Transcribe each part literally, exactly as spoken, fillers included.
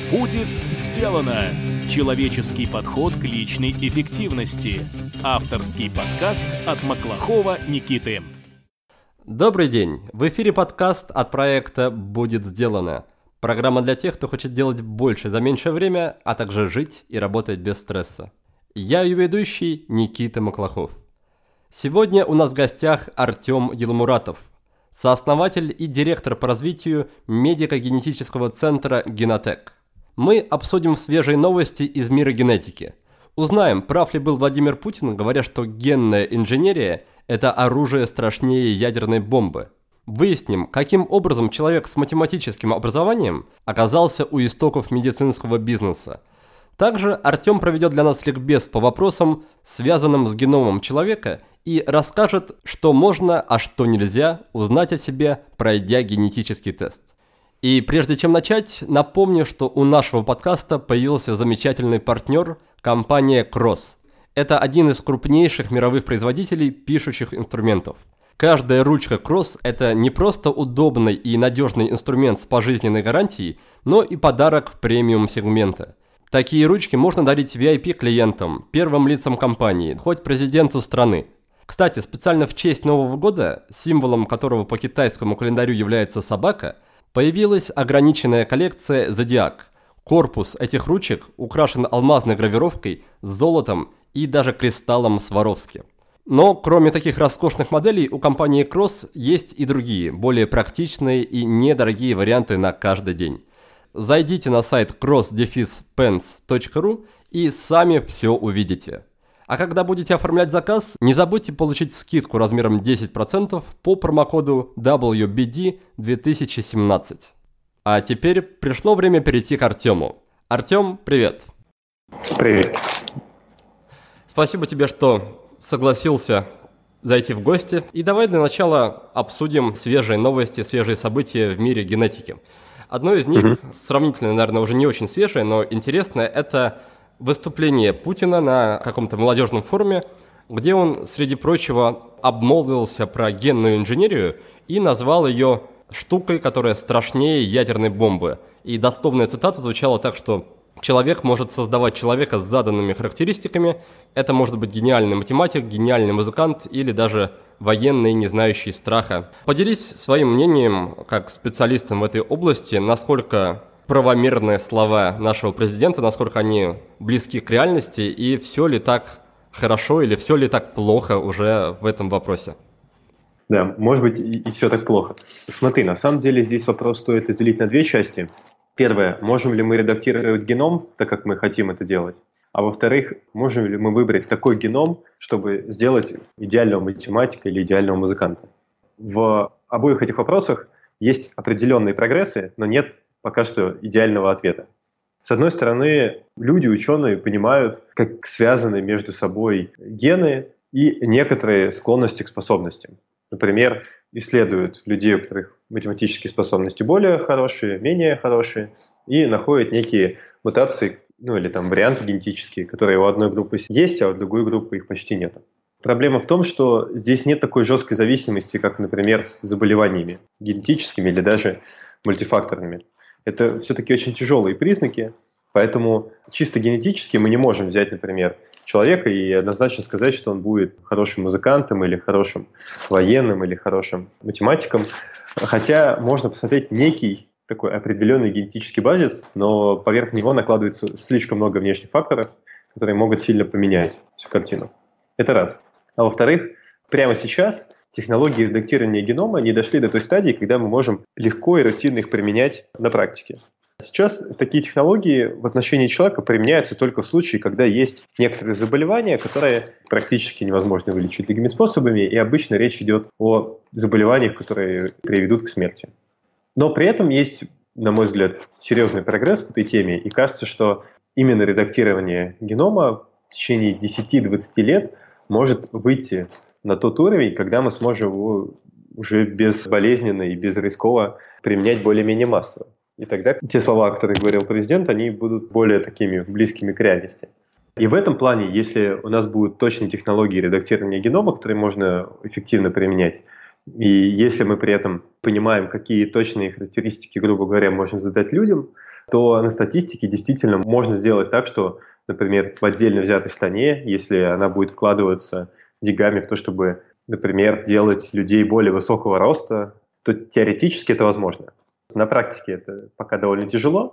Будет сделано! Человеческий подход к личной эффективности. Авторский подкаст от Маклахова Никиты. Добрый день! В эфире подкаст от проекта «Будет сделано». Программа для тех, кто хочет делать больше за меньшее время, а также жить и работать без стресса. Я ее ведущий Никита Маклахов. Сегодня у нас в гостях Артем Елмуратов, сооснователь и директор по развитию медико-генетического центра «Генотек». Мы обсудим свежие новости из мира генетики. Узнаем, прав ли был Владимир Путин, говоря, что генная инженерия – это оружие страшнее ядерной бомбы. Выясним, каким образом человек с математическим образованием оказался у истоков медицинского бизнеса. Также Артем проведет для нас ликбез по вопросам, связанным с геномом человека, и расскажет, что можно, а что нельзя узнать о себе, пройдя генетический тест. И прежде чем начать, напомню, что у нашего подкаста появился замечательный партнер – компания Cross. Это один из крупнейших мировых производителей пишущих инструментов. Каждая ручка Cross – это не просто удобный и надежный инструмент с пожизненной гарантией, но и подарок премиум-сегмента. Такие ручки можно дарить ви ай пи-клиентам, первым лицам компании, хоть президенту страны. Кстати, специально в честь Нового года, символом которого по китайскому календарю является собака, появилась ограниченная коллекция «Зодиак». Корпус этих ручек украшен алмазной гравировкой с золотом и даже кристаллом Сваровски. Но кроме таких роскошных моделей у компании Cross есть и другие, более практичные и недорогие варианты на каждый день. Зайдите на сайт cross dash pens точка ру и сами все увидите. А когда будете оформлять заказ, не забудьте получить скидку размером десять процентов по промокоду дабл ю би ди две тысячи семнадцать. А теперь пришло время перейти к Артему. Артем, привет. Привет. Спасибо тебе, что согласился зайти в гости. И давай для начала обсудим свежие новости, свежие события в мире генетики. Одно из них, mm-hmm. сравнительно, наверное, уже не очень свежее, но интересное, это выступление Путина на каком-то молодежном форуме, где он, среди прочего, обмолвился про генную инженерию и назвал ее штукой, которая страшнее ядерной бомбы. И дословная цитата звучала так, что человек может создавать человека с заданными характеристиками. Это может быть гениальный математик, гениальный музыкант или даже военный, не знающий страха. Поделись своим мнением, как специалистом в этой области, насколько правомерные слова нашего президента, насколько они близки к реальности, и все ли так хорошо или все ли так плохо уже в этом вопросе. Да, может быть, и, и все так плохо. Смотри, на самом деле здесь вопрос стоит разделить на две части. Первое, можем ли мы редактировать геном, так как мы хотим это делать? А во-вторых, можем ли мы выбрать такой геном, чтобы сделать идеального математика или идеального музыканта? В обоих этих вопросах есть определенные прогрессы, но нет пока что идеального ответа. С одной стороны, люди, ученые понимают, как связаны между собой гены и некоторые склонности к способностям. Например, исследуют людей, у которых математические способности более хорошие, менее хорошие, и находят некие мутации, ну или там варианты генетические, которые у одной группы есть, а у другой группы их почти нет. Проблема в том, что здесь нет такой жесткой зависимости, как, например, с заболеваниями генетическими или даже мультифакторными. Это все-таки очень тяжелые признаки, поэтому чисто генетически мы не можем взять, например, человека и однозначно сказать, что он будет хорошим музыкантом или хорошим военным или хорошим математиком. Хотя можно посмотреть некий такой определенный генетический базис, но поверх него накладывается слишком много внешних факторов, которые могут сильно поменять всю картину. Это раз. А во-вторых, прямо сейчас технологии редактирования генома не дошли до той стадии, когда мы можем легко и рутинно их применять на практике. Сейчас такие технологии в отношении человека применяются только в случае, когда есть некоторые заболевания, которые практически невозможно вылечить другими способами, и обычно речь идет о заболеваниях, которые приведут к смерти. Но при этом есть, на мой взгляд, серьезный прогресс в этой теме, и кажется, что именно редактирование генома в течение десяти-двадцати лет может выйти на тот уровень, когда мы сможем его уже безболезненно и безрисково применять более-менее массово. И тогда те слова, которые говорил президент, они будут более такими близкими к реальности. И в этом плане, если у нас будут точные технологии редактирования генома, которые можно эффективно применять, И если мы при этом понимаем, какие точные характеристики, грубо говоря, можем задать людям, то на статистике действительно можно сделать так, что, например, в отдельно взятой стране, если она будет вкладываться деньгами в то, чтобы, например, делать людей более высокого роста, то теоретически это возможно. На практике это пока довольно тяжело,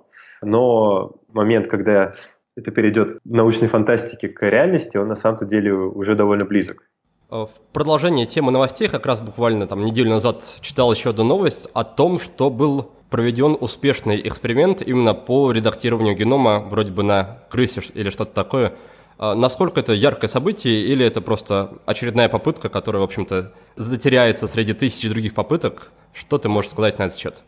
но момент, когда это перейдет в научной фантастике к реальности, он на самом-то деле уже довольно близок. В продолжение темы новостей как раз буквально там неделю назад читал еще одну новость о том, что был проведен успешный эксперимент именно по редактированию генома вроде бы на крысе или что-то такое. Насколько это яркое событие или это просто очередная попытка, которая, в общем-то, затеряется среди тысячи других попыток? Что ты можешь сказать на этот счет?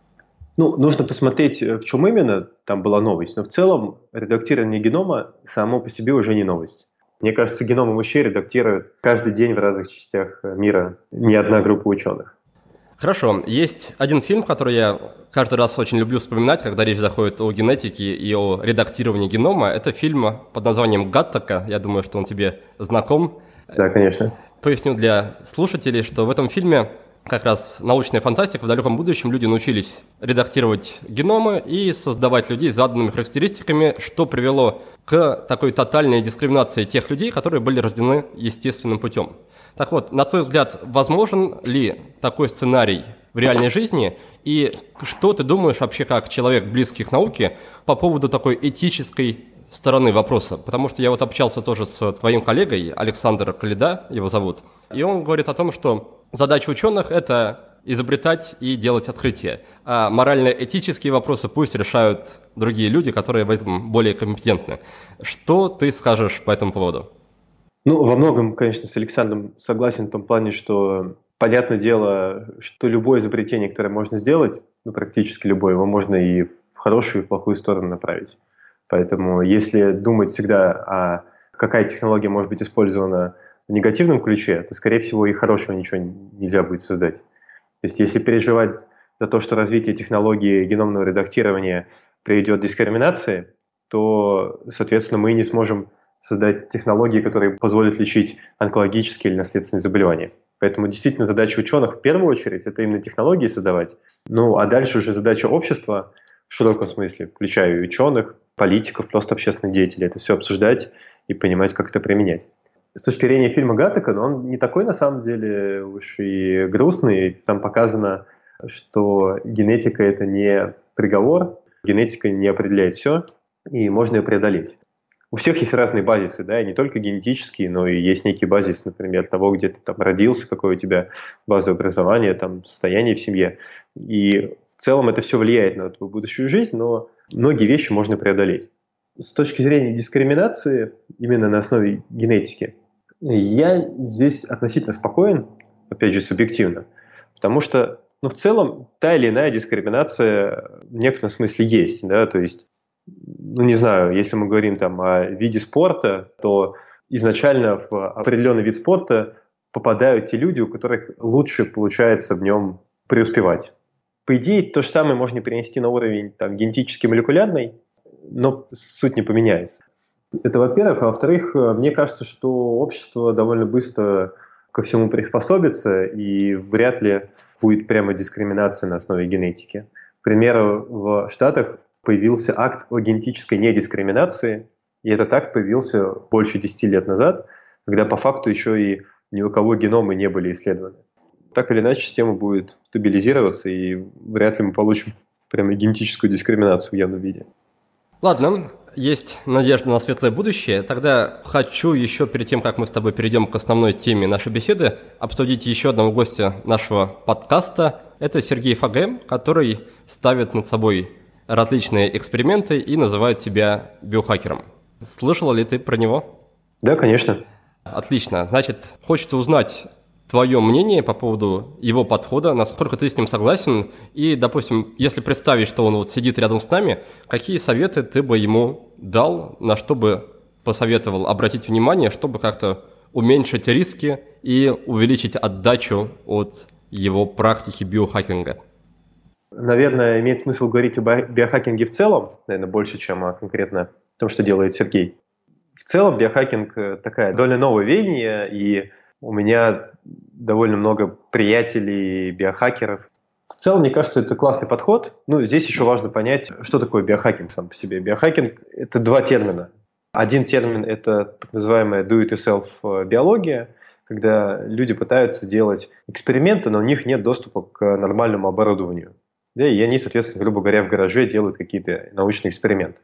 Ну, нужно посмотреть, в чем именно там была новость. Но в целом редактирование генома само по себе уже не новость. Мне кажется, геномы вообще редактируют каждый день в разных частях мира не одна группа ученых. Хорошо. Есть один фильм, который я каждый раз очень люблю вспоминать, когда речь заходит о генетике и о редактировании генома. Это фильм под названием «Гаттака». Я думаю, что он тебе знаком. Да, конечно. Поясню для слушателей, что в этом фильме как раз научная фантастика. В далеком будущем люди научились редактировать геномы и создавать людей с заданными характеристиками, что привело к такой тотальной дискриминации тех людей, которые были рождены естественным путем. Так вот, на твой взгляд, возможен ли такой сценарий в реальной жизни? И что ты думаешь вообще как человек, близкий к науке, по поводу такой этической стороны вопроса? Потому что я вот общался тоже с твоим коллегой, Александр Калида, его зовут, и он говорит о том, что задача ученых – это изобретать и делать открытия, а морально-этические вопросы пусть решают другие люди, которые в этом более компетентны. Что ты скажешь по этому поводу? Ну, во многом, конечно, с Александром согласен в том плане, что понятное дело, что любое изобретение, которое можно сделать, ну, практически любое, его можно и в хорошую, и в плохую сторону направить. Поэтому если думать всегда, а какая технология может быть использована в негативном ключе, то, скорее всего, и хорошего ничего нельзя будет создать. То есть, если переживать за то, что развитие технологии геномного редактирования приведет к дискриминации, то, соответственно, мы не сможем создать технологии, которые позволят лечить онкологические или наследственные заболевания. Поэтому, действительно, задача ученых в первую очередь – это именно технологии создавать. Ну, а дальше уже задача общества в широком смысле, включая и ученых, политиков, просто общественных деятелей, это все обсуждать и понимать, как это применять. С точки зрения фильма «Гаттака», но он не такой, на самом деле, уж и грустный. Там показано, что генетика – это не приговор, генетика не определяет все, и можно ее преодолеть. У всех есть разные базисы, да, и не только генетические, но и есть некий базис, например, того, где ты там родился, какое у тебя базовое образование, там, состояние в семье. И в целом это все влияет на твою будущую жизнь, но многие вещи можно преодолеть. С точки зрения дискриминации, именно на основе генетики, я здесь относительно спокоен, опять же, субъективно, потому что, ну, в целом, та или иная дискриминация в некотором смысле есть, да, то есть, ну, не знаю, если мы говорим там о виде спорта, то изначально в определенный вид спорта попадают те люди, у которых лучше получается в нем преуспевать. По идее, то же самое можно перенести на уровень там, генетически-молекулярный, но суть не поменяется. Это во-первых. А во-вторых, мне кажется, что общество довольно быстро ко всему приспособится, и вряд ли будет прямо дискриминация на основе генетики. К примеру, в Штатах появился акт о генетической недискриминации, и этот акт появился больше десяти лет назад, когда по факту еще и ни у кого геномы не были исследованы. Так или иначе, система будет стабилизироваться, и вряд ли мы получим прямо генетическую дискриминацию в явном виде. Ладно, есть надежда на светлое будущее. Тогда хочу еще перед тем, как мы с тобой перейдем к основной теме нашей беседы, обсудить еще одного гостя нашего подкаста. Это Сергей Фагем, который ставит над собой различные эксперименты и называет себя биохакером. Слышала ли ты про него? Да, конечно. Отлично. Значит, хочется узнать твое мнение по поводу его подхода, насколько ты с ним согласен, и, допустим, если представить, что он вот сидит рядом с нами, какие советы ты бы ему дал, на что бы посоветовал обратить внимание, чтобы как-то уменьшить риски и увеличить отдачу от его практики биохакинга? Наверное, имеет смысл говорить о биохакинге в целом, наверное, больше, чем о конкретно том, что делает Сергей. В целом биохакинг такая довольно новое веяние, и у меня довольно много приятелей, биохакеров. В целом, мне кажется, это классный подход. Ну, здесь еще важно понять, что такое биохакинг сам по себе. Биохакинг – это два термина. Один термин – это так называемая do-it-yourself биология, когда люди пытаются делать эксперименты, но у них нет доступа к нормальному оборудованию. Да, и они, соответственно, грубо говоря, в гараже делают какие-то научные эксперименты.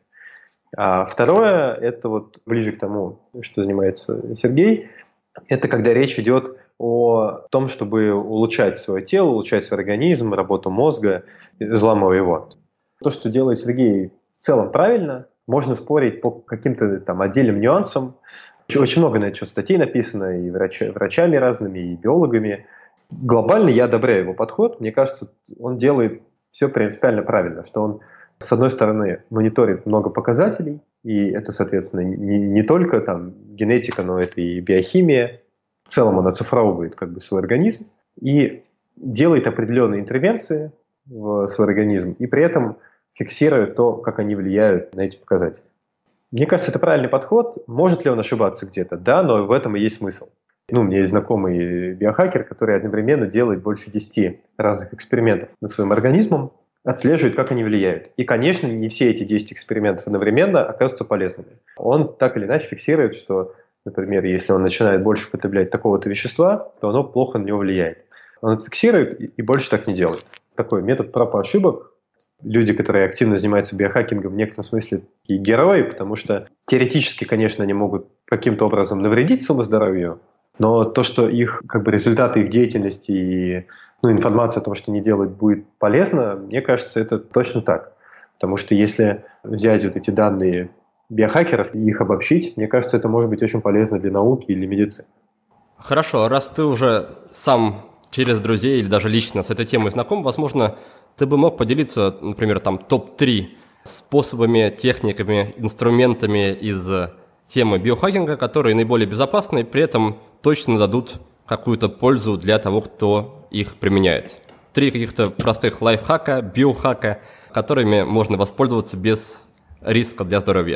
А второе – это вот ближе к тому, что занимается Сергей, это когда речь идет о том, чтобы улучшать свое тело, улучшать свой организм, работу мозга, взламывая его. То, что делает Сергей, в целом правильно. Можно спорить по каким-то там отдельным нюансам. Очень много на это что статей написано и врача, врачами разными, и биологами. Глобально я одобряю его подход. Мне кажется, он делает все принципиально правильно, что он, с одной стороны, мониторит много показателей, и это, соответственно, не, не только там генетика, но это и биохимия. В целом он оцифровывает как бы свой организм и делает определенные интервенции в свой организм, и при этом фиксирует то, как они влияют на эти показатели. Мне кажется, это правильный подход. Может ли он ошибаться где-то? Да, но в этом и есть смысл. Ну, у меня есть знакомый биохакер, который одновременно делает больше десяти разных экспериментов над своим организмом, отслеживает, как они влияют. И, конечно, не все эти десять экспериментов одновременно оказываются полезными. Он так или иначе фиксирует, что, например, если он начинает больше потреблять такого-то вещества, то оно плохо на него влияет. Он это фиксирует и больше так не делает. Такой метод проб и ошибок. Люди, которые активно занимаются биохакингом, в некотором смысле и герои, потому что теоретически, конечно, они могут каким-то образом навредить своему здоровью, но то, что их как бы результаты их деятельности и ну, информация о том, что они делают, будет полезна, мне кажется, это точно так. Потому что если взять вот эти данные биохакеров и их обобщить, мне кажется, это может быть очень полезно для науки и для медицины. Хорошо, раз ты уже сам через друзей или даже лично с этой темой знаком, возможно, ты бы мог поделиться, например, там топ три способами, техниками, инструментами из темы биохакинга, которые наиболее безопасны и при этом точно дадут какую-то пользу для того, кто их применяет. Три каких-то простых лайфхака, биохака, которыми можно воспользоваться без риска для здоровья.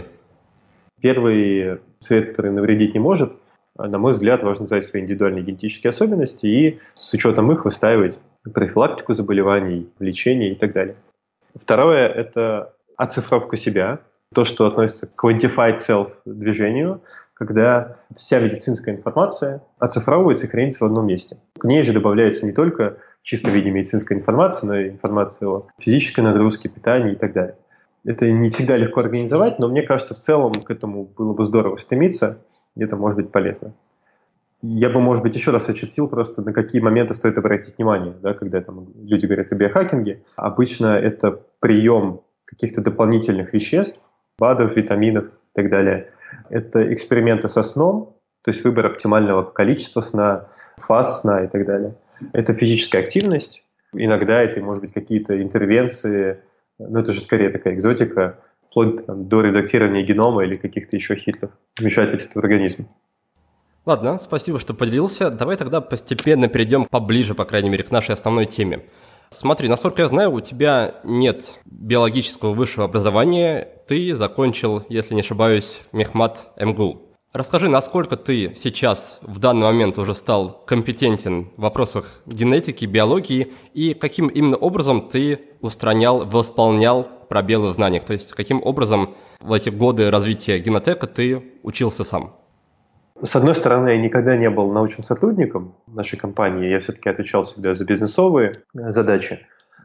Первый совет, который навредить не может, на мой взгляд, важно знать свои индивидуальные генетические особенности и с учетом их выстраивать профилактику заболеваний, лечение и так далее. Второе – это оцифровка себя, то, что относится к quantified self движению, когда вся медицинская информация оцифровывается и хранится в одном месте. К ней же добавляется не только в чистом виде медицинская информация, но и информация о физической нагрузке, питании и так далее. Это не всегда легко организовать, но мне кажется, в целом к этому было бы здорово стремиться, и это может быть полезно. Я бы, может быть, еще раз очертил просто, на какие моменты стоит обратить внимание, да, когда там люди говорят о биохакинге. Обычно это прием каких-то дополнительных веществ, БАДов, витаминов и так далее. Это эксперименты со сном, то есть выбор оптимального количества сна, фаз сна и так далее. Это физическая активность. Иногда это, может быть, какие-то интервенции, но это же скорее такая экзотика, вплоть там, до редактирования генома или каких-то еще хитрых вмешательств в организм. Ладно, спасибо, что поделился. Давай тогда постепенно перейдем поближе, по крайней мере, к нашей основной теме. Смотри, насколько я знаю, у тебя нет биологического высшего образования. Ты закончил, если не ошибаюсь, Мехмат эм гэ у. Расскажи, насколько ты сейчас в данный момент уже стал компетентен в вопросах генетики, биологии и каким именно образом ты устранял, восполнял пробелы в знаниях? То есть каким образом в эти годы развития генотека ты учился сам? С одной стороны, я никогда не был научным сотрудником нашей компании, я все-таки отвечал всегда за бизнесовые задачи,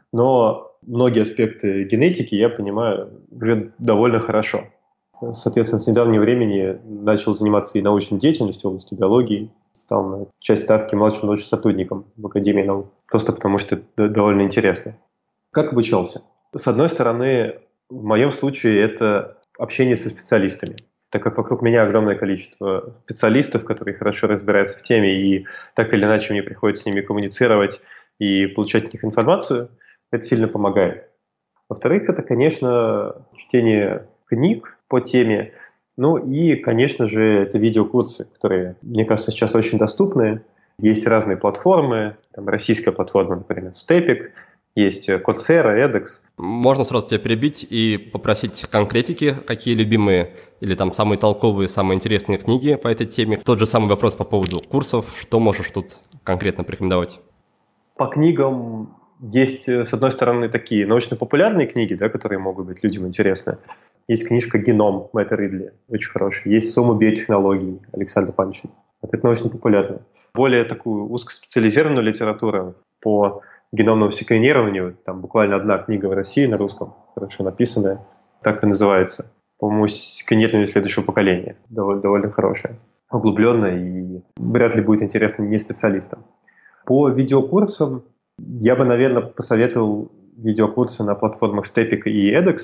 но многие аспекты генетики я понимаю уже довольно хорошо. Соответственно, с недавнего времени начал заниматься и научной деятельностью в области биологии, стал на часть ставки младшим научным сотрудником в Академии наук, просто потому что это довольно интересно. Как обучался? С одной стороны, в моем случае это общение со специалистами. Так как вокруг меня огромное количество специалистов, которые хорошо разбираются в теме, и так или иначе мне приходится с ними коммуницировать и получать от них информацию, это сильно помогает. Во-вторых, это, конечно, чтение книг по теме, ну и, конечно же, это видеокурсы, которые, мне кажется, сейчас очень доступны. Есть разные платформы, там российская платформа, например, Степик, Есть Coursera, edX. Можно сразу тебя перебить и попросить конкретики, какие любимые или там самые толковые, самые интересные книги по этой теме. Тот же самый вопрос по поводу курсов. Что можешь тут конкретно порекомендовать? По книгам есть, с одной стороны, такие научно-популярные книги, да, которые могут быть людям интересны. Есть книжка «Геном» Мэтта Ридли, очень хорошая. Есть «Сумма биотехнологий» Александра Панчина. Это научно-популярная. Более такую узкоспециализированную литературу по геномному секвенированию, там буквально одна книга в России на русском, хорошо написанная, так и называется. По-моему, «Секвенирование следующего поколения». Довольно, довольно хорошая, углубленная и вряд ли будет интересно не специалистам. По видеокурсам я бы, наверное, посоветовал видеокурсы на платформах Stepik и edX.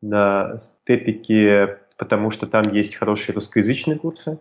На Stepik, потому что там есть хорошие русскоязычные курсы.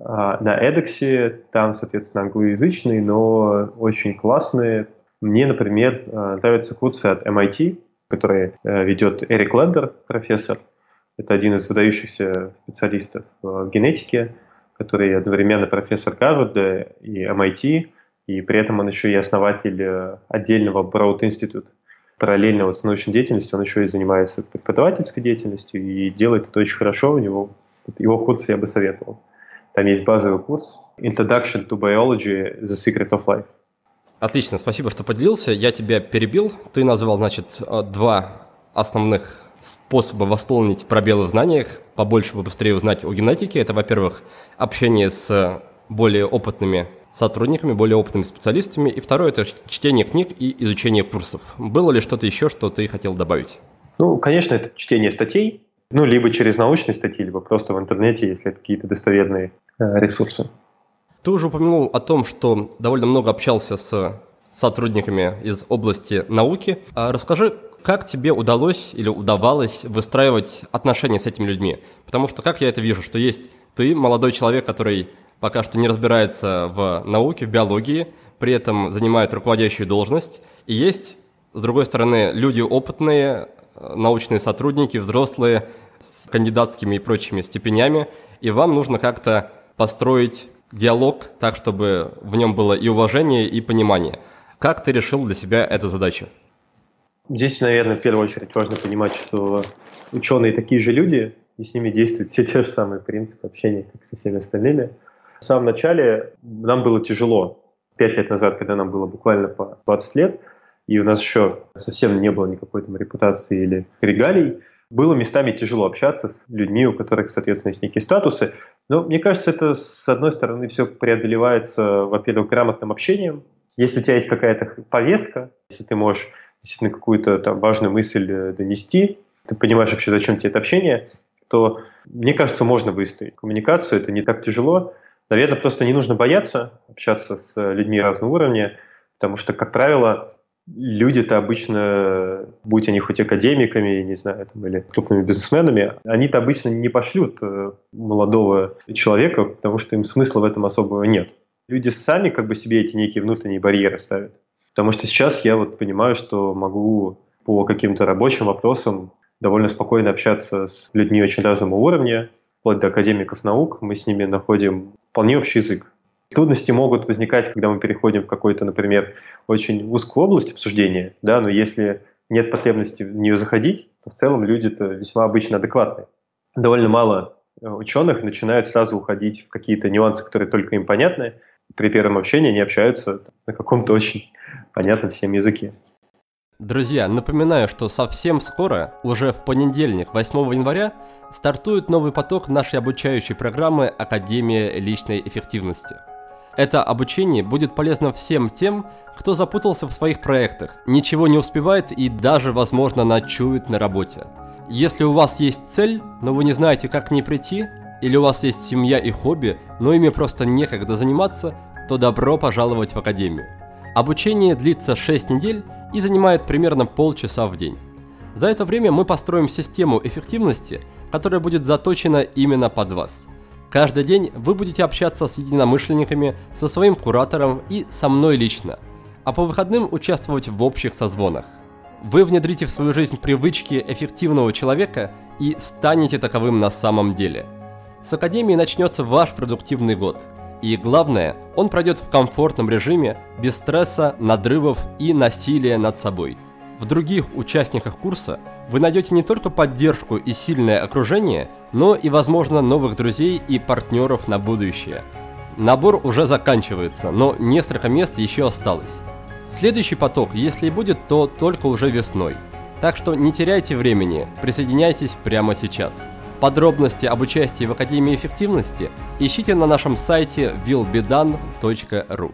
А на edX там, соответственно, англоязычные, но очень классные. Мне, например, нравятся курсы от эм ай ти, которые ведет Эрик Лендер, профессор. Это один из выдающихся специалистов в генетике, который одновременно профессор Гарварда и эм ай ти, и при этом он еще и основатель отдельного Broad Institute. Параллельно с научной деятельностью он еще и занимается преподавательской деятельностью и делает это очень хорошо. У него его курсы я бы советовал. Там есть базовый курс Introduction to Biology: The Secret of Life. Отлично, спасибо, что поделился. Я тебя перебил. Ты назвал, значит, два основных способа восполнить пробелы в знаниях, побольше, побыстрее узнать о генетике. Это, во-первых, общение с более опытными сотрудниками, более опытными специалистами. И второе – это чтение книг и изучение курсов. Было ли что-то еще, что ты хотел добавить? Ну, конечно, это чтение статей, ну, либо через научные статьи, либо просто в интернете, если это какие-то достоверные э, ресурсы. Ты уже упомянул о том, что довольно много общался с сотрудниками из области науки. А расскажи, как тебе удалось или удавалось выстраивать отношения с этими людьми? Потому что, как я это вижу, что есть ты, молодой человек, который пока что не разбирается в науке, в биологии, при этом занимает руководящую должность, и есть, с другой стороны, люди опытные, научные сотрудники, взрослые, с кандидатскими и прочими степенями, и вам нужно как-то построить диалог так, чтобы в нем было и уважение, и понимание. Как ты решил для себя эту задачу? Здесь, наверное, в первую очередь важно понимать, что ученые такие же люди, и с ними действуют все те же самые принципы общения, как со всеми остальными. В самом начале нам было тяжело. Пять лет назад, когда нам было буквально по двадцать лет, и у нас еще совсем не было никакой там репутации или регалий, было местами тяжело общаться с людьми, у которых, соответственно, есть некие статусы. Но мне кажется, это, с одной стороны, все преодолевается, во-первых, грамотным общением. Если у тебя есть какая-то повестка, если ты можешь действительно какую-то там важную мысль донести, ты понимаешь вообще, зачем тебе это общение, то, мне кажется, можно выстроить коммуникацию, это не так тяжело. Наверное, просто не нужно бояться общаться с людьми разного уровня, потому что, как правило, люди-то обычно, будь они хоть академиками, не знаю, там, или крупными бизнесменами, они-то обычно не пошлют молодого человека, потому что им смысла в этом особого нет. Люди сами как бы себе эти некие внутренние барьеры ставят. Потому что сейчас я вот понимаю, что могу по каким-то рабочим вопросам довольно спокойно общаться с людьми очень разного уровня, вплоть до академиков наук, мы с ними находим вполне общий язык. Трудности могут возникать, когда мы переходим в какую-то, например, очень узкую область обсуждения, да, но если нет потребности в нее заходить, то в целом люди-то весьма обычно адекватные. Довольно мало ученых начинают сразу уходить в какие-то нюансы, которые только им понятны. При первом общении они общаются на каком-то очень понятном всем языке. Друзья, напоминаю, что совсем скоро, уже в понедельник, восьмого января, стартует новый поток нашей обучающей программы «Академия личной эффективности». Это обучение будет полезно всем тем, кто запутался в своих проектах, ничего не успевает и даже, возможно, ночует на работе. Если у вас есть цель, но вы не знаете, как к ней прийти, или у вас есть семья и хобби, но ими просто некогда заниматься, то добро пожаловать в Академию. Обучение длится шесть недель и занимает примерно полчаса в день. За это время мы построим систему эффективности, которая будет заточена именно под вас. Каждый день вы будете общаться с единомышленниками, со своим куратором и со мной лично, а по выходным участвовать в общих созвонах. Вы внедрите в свою жизнь привычки эффективного человека и станете таковым на самом деле. С Академии начнется ваш продуктивный год. И главное, он пройдет в комфортном режиме, без стресса, надрывов и насилия над собой. В других участниках курса вы найдете не только поддержку и сильное окружение, но и, возможно, новых друзей и партнеров на будущее. Набор уже заканчивается, но несколько мест еще осталось. Следующий поток, если и будет, то только уже весной. Так что не теряйте времени, присоединяйтесь прямо сейчас. Подробности об участии в Академии эффективности ищите на нашем сайте will be done точка ru.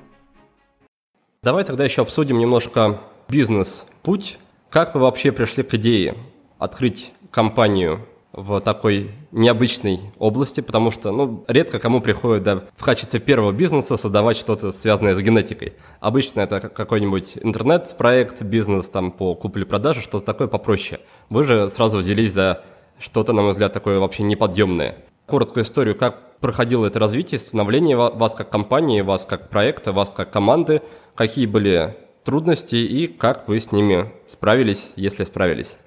Давай тогда еще обсудим немножко бизнес-путь. Как вы вообще пришли к идее открыть компанию в такой необычной области, потому что ну, редко кому приходит да, в качестве первого бизнеса создавать что-то связанное с генетикой. Обычно это какой-нибудь интернет-проект, бизнес там, по купле-продаже, что-то такое попроще. Вы же сразу взялись за что-то, на мой взгляд, такое вообще неподъемное. Короткую историю, как проходило это развитие, становление вас как компании, вас как проекта, вас как команды, какие были трудности и как вы с ними справились, если справились.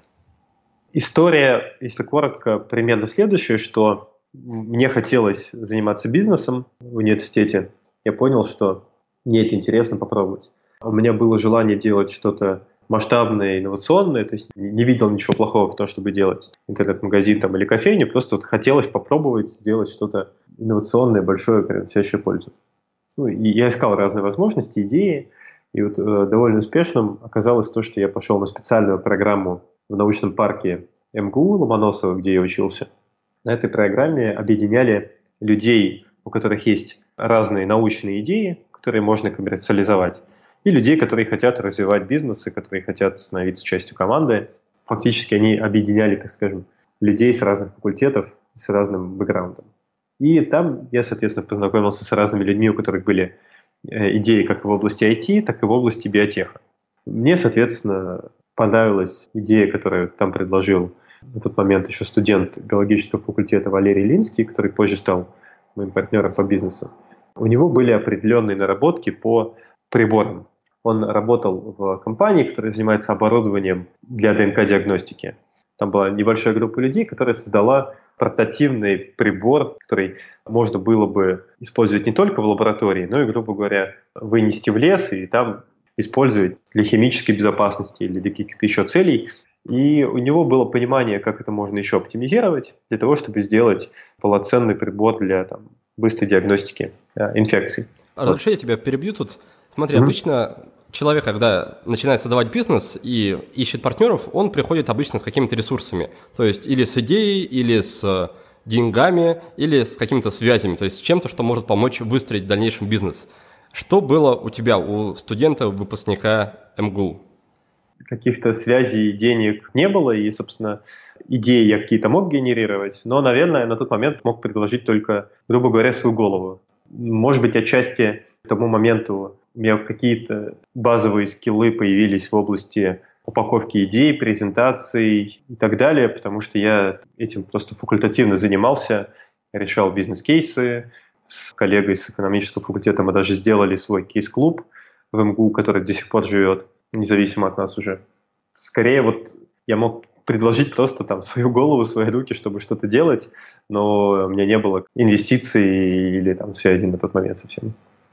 История, если коротко, примерно следующая, что мне хотелось заниматься бизнесом в университете. Я понял, что мне это интересно попробовать. У меня было желание делать что-то масштабное, инновационное, то есть не видел ничего плохого в том, чтобы делать интернет-магазин там, или кофейню, просто вот хотелось попробовать сделать что-то инновационное, большое, приносящее пользу. Ну, и я искал разные возможности, идеи, и вот э, довольно успешным оказалось то, что я пошел на специальную программу в научном парке эм гэ у Ломоносова, где я учился. На этой программе объединяли людей, у которых есть разные научные идеи, которые можно коммерциализовать, и людей, которые хотят развивать бизнесы, которые хотят становиться частью команды. Фактически они объединяли, так скажем, людей с разных факультетов, с разным бэкграундом. И там я, соответственно, познакомился с разными людьми, у которых были идеи как в области ай ти, так и в области биотеха. Мне, соответственно, понравилась идея, которую там предложил на тот момент еще студент биологического факультета Валерий Линский, который позже стал моим партнером по бизнесу. У него были определенные наработки по приборам. Он работал в компании, которая занимается оборудованием для дэ эн ка-диагностики. Там была небольшая группа людей, которая создала портативный прибор, который можно было бы использовать не только в лаборатории, но и, грубо говоря, вынести в лес и там использовать для химической безопасности или для каких-то еще целей. И у него было понимание, как это можно еще оптимизировать для того, чтобы сделать полноценный прибор для там, быстрой диагностики э, инфекций. Разреши, я тебя перебью тут. Смотри, mm-hmm. обычно человек, когда начинает создавать бизнес и ищет партнеров, он приходит обычно с какими-то ресурсами. То есть или с идеей, или с деньгами, или с какими-то связями. То есть с чем-то, что может помочь выстроить в дальнейшем бизнес. Что было у тебя, у студента, выпускника эм гэ у? Каких-то связей, денег не было, и, собственно, идеи я какие-то мог генерировать, но, наверное, на тот момент мог предложить только, грубо говоря, свою голову. Может быть, отчасти к тому моменту у меня какие-то базовые скиллы появились в области упаковки идей, презентаций и так далее, потому что я этим просто факультативно занимался, решал бизнес-кейсы. С коллегой с экономического факультета мы даже сделали свой кейс-клуб в эм гэ у, который до сих пор живет, независимо от нас уже. Скорее вот я мог предложить просто там свою голову, свои руки, чтобы что-то делать, но у меня не было инвестиций или там связи на тот момент совсем.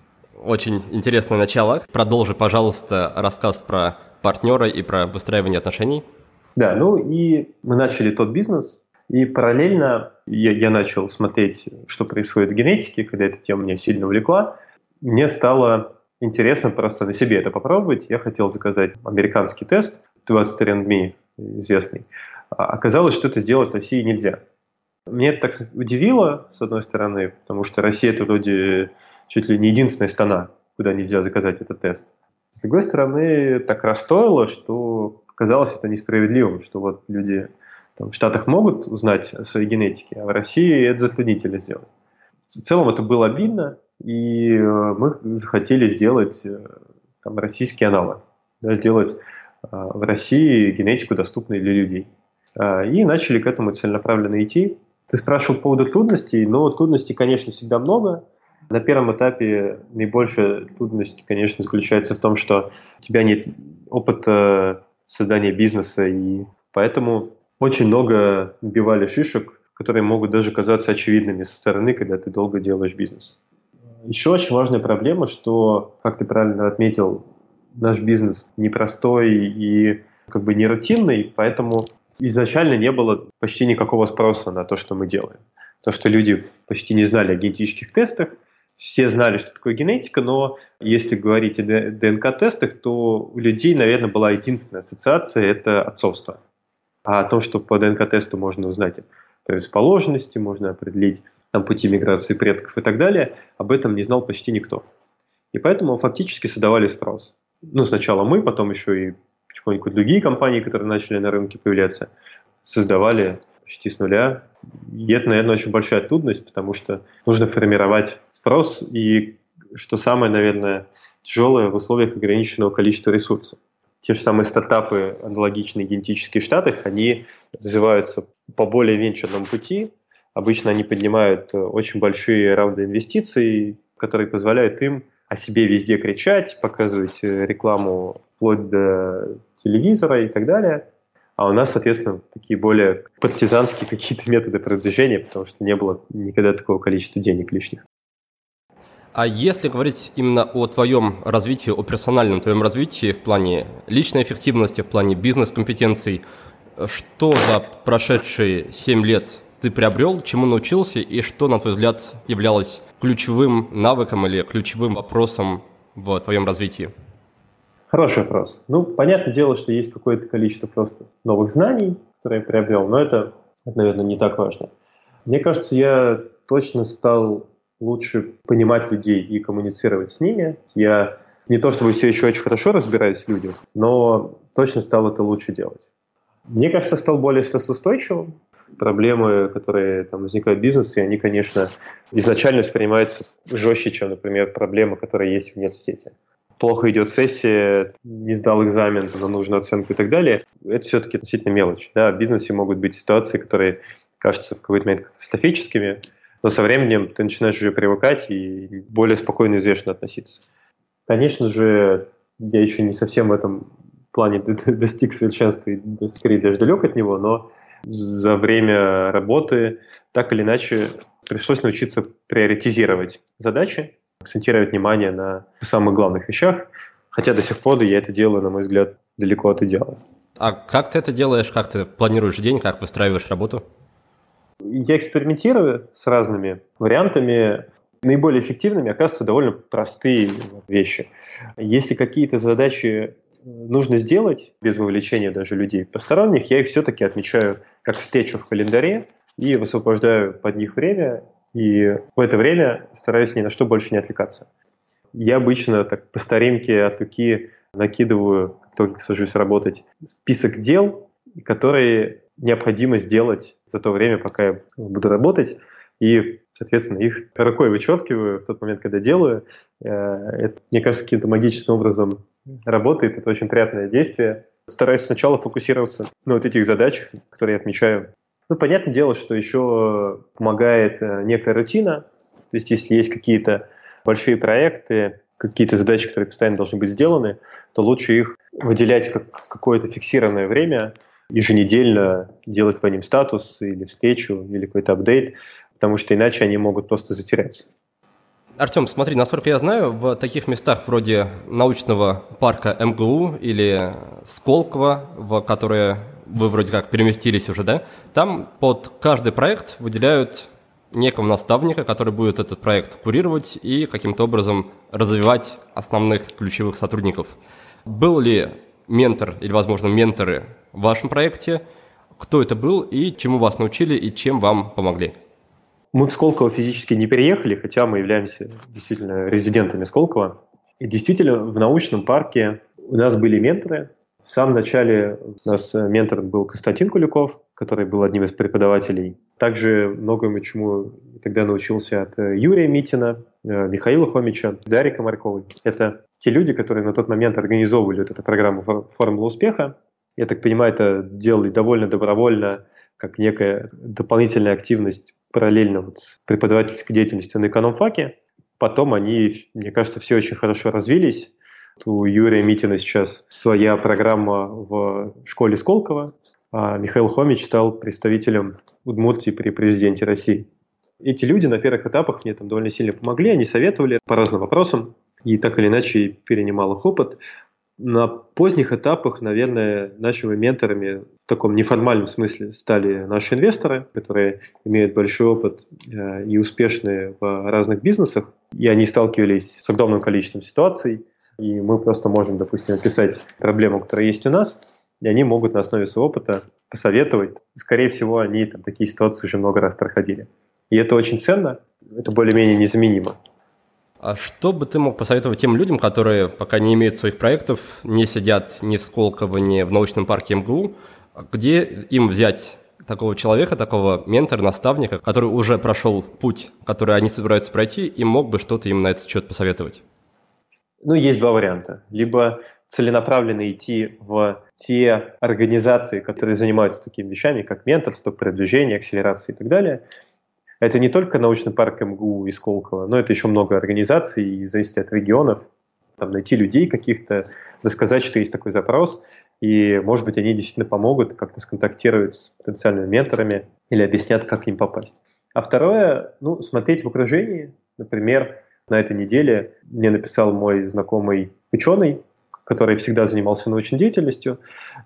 Очень интересное начало. Продолжи, пожалуйста, рассказ про партнера и про выстраивание отношений. Да, ну и мы начали тот бизнес, и параллельно я, я начал смотреть, что происходит в генетике, когда эта тема меня сильно увлекла. Мне стало интересно просто на себе это попробовать. Я хотел заказать американский тест, двадцать три энд эм известный. А оказалось, что это сделать в России нельзя. Мне это так удивило, с одной стороны, потому что Россия — это вроде чуть ли не единственная страна, куда нельзя заказать этот тест. С другой стороны, так расстроило, что казалось это несправедливым, что вот люди там, в Штатах могут узнать о своей генетике, а в России это затруднительно сделать. В целом это было обидно, и мы захотели сделать там, российский аналог, да, сделать в России генетику, доступной для людей. И начали к этому целенаправленно идти. Ты спрашивал по поводу трудностей, но трудностей, конечно, всегда много. На первом этапе наибольшая трудность, конечно, заключается в том, что у тебя нет опыта создания бизнеса, и поэтому очень много набивали шишек, которые могут даже казаться очевидными со стороны, когда ты долго делаешь бизнес. Еще очень важная проблема, что, как ты правильно отметил, наш бизнес непростой, и как бы не рутинный, поэтому изначально не было почти никакого спроса на то, что мы делаем. То, что люди почти не знали о генетических тестах, все знали, что такое генетика, но если говорить о ДНК-тестах, то у людей, наверное, была единственная ассоциация – это отцовство. А о том, что по ДНК-тесту можно узнать предрасположенности, можно определить там, пути миграции предков и так далее, об этом не знал почти никто. И поэтому фактически создавали спрос. Ну, сначала мы, потом еще и потихоньку другие компании, которые начали на рынке появляться, создавали почти с нуля. И это, наверное, очень большая трудность, потому что нужно формировать спрос и, что самое, наверное, тяжелое, в условиях ограниченного количества ресурсов. Те же самые стартапы, аналогичные генетические в Штатах, они развиваются по более венчурному пути. Обычно они поднимают очень большие раунды инвестиций, которые позволяют им о себе везде кричать, показывать рекламу вплоть до телевизора и так далее. А у нас, соответственно, такие более партизанские какие-то методы продвижения, потому что не было никогда такого количества денег лишних. А если говорить именно о твоем развитии, о персональном твоем развитии в плане личной эффективности, в плане бизнес-компетенций, что за прошедшие семь лет ты приобрел, чему научился и что, на твой взгляд, являлось ключевым навыком или ключевым вопросом в твоем развитии? Хороший вопрос. Ну, понятное дело, что есть какое-то количество просто новых знаний, которые я приобрел, но это, это, наверное, не так важно. Мне кажется, я точно стал лучше понимать людей и коммуницировать с ними. Я не то чтобы все еще очень хорошо разбираюсь в людях, но точно стал это лучше делать. Мне кажется, стал более стрессоустойчивым. Проблемы, которые там возникают в бизнесе, они, конечно, изначально воспринимаются жестче, чем, например, проблемы, которые есть в университете. Плохо идет сессия, не сдал экзамен на нужную оценку и так далее. Это все-таки относительно мелочь. Да, в бизнесе могут быть ситуации, которые кажутся в какой-то момент катастрофическими, но со временем ты начинаешь уже привыкать и более спокойно и взвешенно относиться. Конечно же, я еще не совсем в этом плане достиг совершенства и скорее даже далек от него, но за время работы так или иначе пришлось научиться приоритизировать задачи, акцентировать внимание на самых главных вещах, хотя до сих пор я это делаю, на мой взгляд, далеко от идеала. А как ты это делаешь? Как ты планируешь день? Как выстраиваешь работу? Я экспериментирую с разными вариантами. Наиболее эффективными оказываются довольно простые вещи. Если какие-то задачи нужно сделать без вовлечения даже людей посторонних, я их все-таки отмечаю как встречу в календаре и высвобождаю под них время, и в это время стараюсь ни на что больше не отвлекаться. Я обычно так по старинке от руки накидываю, как только сажусь работать, список дел, которые необходимо сделать за то время, пока я буду работать, и, соответственно, их рукой вычеркиваю в тот момент, когда делаю. Это, мне кажется, каким-то магическим образом работает, это очень приятное действие. Стараюсь сначала фокусироваться на вот этих задачах, которые я отмечаю. Ну, понятное дело, что еще помогает некая рутина. То есть, если есть какие-то большие проекты, какие-то задачи, которые постоянно должны быть сделаны, то лучше их выделять как какое-то фиксированное время, еженедельно делать по ним статус или встречу, или какой-то апдейт, потому что иначе они могут просто затеряться. Артем, смотри, насколько я знаю, в таких местах вроде научного парка эм гэ у или Сколково, в которые вы вроде как переместились уже, да, там под каждый проект выделяют некого наставника, который будет этот проект курировать и каким-то образом развивать основных ключевых сотрудников. Был ли ментор или, возможно, менторы в вашем проекте? Кто это был и чему вас научили и чем вам помогли? Мы в Сколково физически не переехали, хотя мы являемся действительно резидентами Сколково. И действительно, в научном парке у нас были менторы. В самом начале у нас ментором был Константин Куликов, который был одним из преподавателей. Также многому чему тогда научился от Юрия Митина, Михаила Хомича, Дарьи Комарковой. Это те люди, которые на тот момент организовывали вот эту программу «Формула успеха». Я так понимаю, это делали довольно добровольно, как некая дополнительная активность параллельно вот с преподавательской деятельностью на экономфаке. Потом они, мне кажется, все очень хорошо развились. У Юрия Митина сейчас своя программа в школе Сколково, а Михаил Хомич стал представителем Удмуртии при президенте России. Эти люди на первых этапах мне там довольно сильно помогли, они советовали по разным вопросам, и так или иначе перенимал их опыт. На поздних этапах, наверное, нашими менторами в таком неформальном смысле стали наши инвесторы, которые имеют большой опыт э, и успешные в разных бизнесах, и они сталкивались с огромным количеством ситуаций, и мы просто можем, допустим, описать проблему, которая есть у нас, и они могут на основе своего опыта посоветовать. Скорее всего, они там такие ситуации уже много раз проходили. И это очень ценно, это более-менее незаменимо. А что бы ты мог посоветовать тем людям, которые пока не имеют своих проектов, не сидят ни в Сколково, ни в научном парке эм гэ у, где им взять такого человека, такого ментора, наставника, который уже прошел путь, который они собираются пройти, и мог бы что-то им на этот счет посоветовать? Ну, есть два варианта. Либо целенаправленно идти в те организации, которые занимаются такими вещами, как менторство, продвижение, акселерация и так далее. Это не только научный парк эм гэ у и Сколково, но это еще много организаций, и зависит от регионов. Там найти людей каких-то, рассказать, что есть такой запрос, и, может быть, они действительно помогут, как-то сконтактируют с потенциальными менторами или объяснят, как к ним попасть. А второе, ну, смотреть в окружении. Например, на этой неделе мне написал мой знакомый ученый, который всегда занимался научной деятельностью,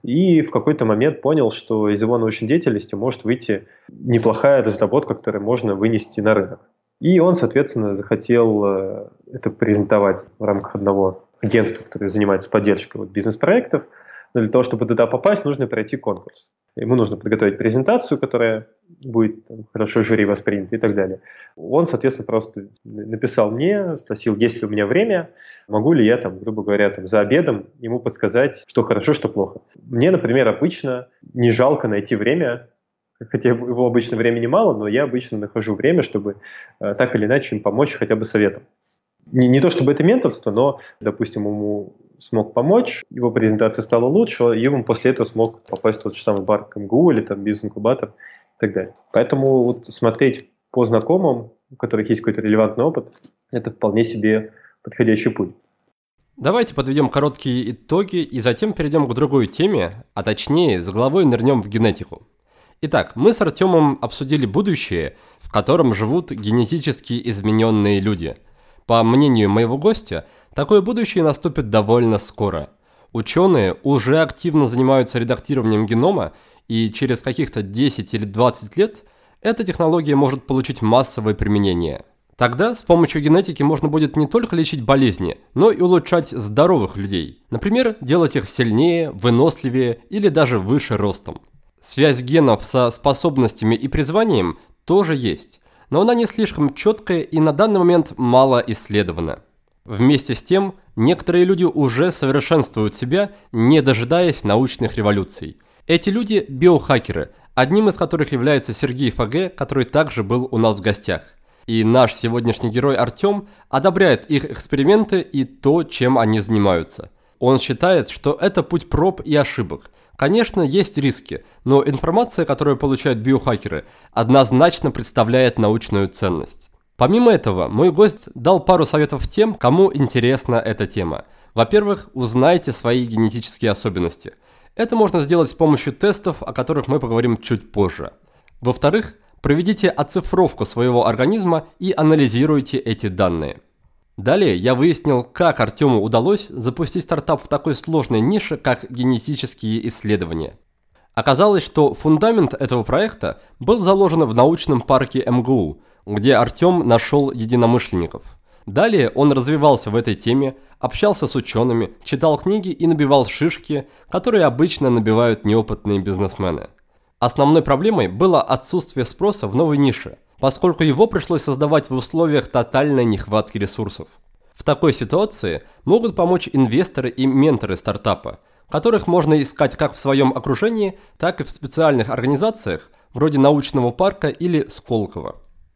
и в какой-то момент понял, что из его научной деятельности может выйти неплохая разработка, которую можно вынести на рынок. И он, соответственно, захотел это презентовать в рамках одного агентства, которое занимается поддержкой вот бизнес-проектов. Но для того, чтобы туда попасть, нужно пройти конкурс. Ему нужно подготовить презентацию, которая будет там хорошо жюри воспринята и так далее. Он, соответственно, просто написал мне, спросил, есть ли у меня время, могу ли я, там, грубо говоря, там, за обедом ему подсказать, что хорошо, что плохо. Мне, например, обычно не жалко найти время, хотя его обычно времени мало, но я обычно нахожу время, чтобы э, так или иначе им помочь хотя бы советом. Не, не то чтобы это менторство, но, допустим, ему смог помочь, его презентация стала лучше, и он после этого смог попасть в тот же самый парк эм гэ у или там бизнес-инкубатор и так далее. Поэтому вот смотреть по знакомым, у которых есть какой-то релевантный опыт, это вполне себе подходящий путь. Давайте подведем короткие итоги и затем перейдем к другой теме, а точнее с головой нырнем в генетику. Итак, мы с Артемом обсудили будущее, в котором живут генетически измененные люди. По мнению моего гостя, такое будущее наступит довольно скоро. Ученые уже активно занимаются редактированием генома, и через каких-то десять или двадцать лет эта технология может получить массовое применение. Тогда с помощью генетики можно будет не только лечить болезни, но и улучшать здоровых людей. Например, делать их сильнее, выносливее или даже выше ростом. Связь генов со способностями и призванием тоже есть, но она не слишком четкая и на данный момент мало исследована. Вместе с тем, некоторые люди уже совершенствуют себя, не дожидаясь научных революций. Эти люди – биохакеры, одним из которых является Сергей Фаге, который также был у нас в гостях. И наш сегодняшний герой Артем одобряет их эксперименты и то, чем они занимаются. Он считает, что это путь проб и ошибок. Конечно, есть риски, но информация, которую получают биохакеры, однозначно представляет научную ценность. Помимо этого, мой гость дал пару советов тем, кому интересна эта тема. Во-первых, узнайте свои генетические особенности. Это можно сделать с помощью тестов, о которых мы поговорим чуть позже. Во-вторых, проведите оцифровку своего организма и анализируйте эти данные. Далее я выяснил, как Артему удалось запустить стартап в такой сложной нише, как генетические исследования. Оказалось, что фундамент этого проекта был заложен в научном парке эм гэ у, где Артем нашел единомышленников. Далее он развивался в этой теме, общался с учеными, читал книги и набивал шишки, которые обычно набивают неопытные бизнесмены. Основной проблемой было отсутствие спроса в новой нише, поскольку его пришлось создавать в условиях тотальной нехватки ресурсов. В такой ситуации могут помочь инвесторы и менторы стартапа, которых можно искать как в своем окружении, так и в специальных организациях, вроде научного парка или Сколково.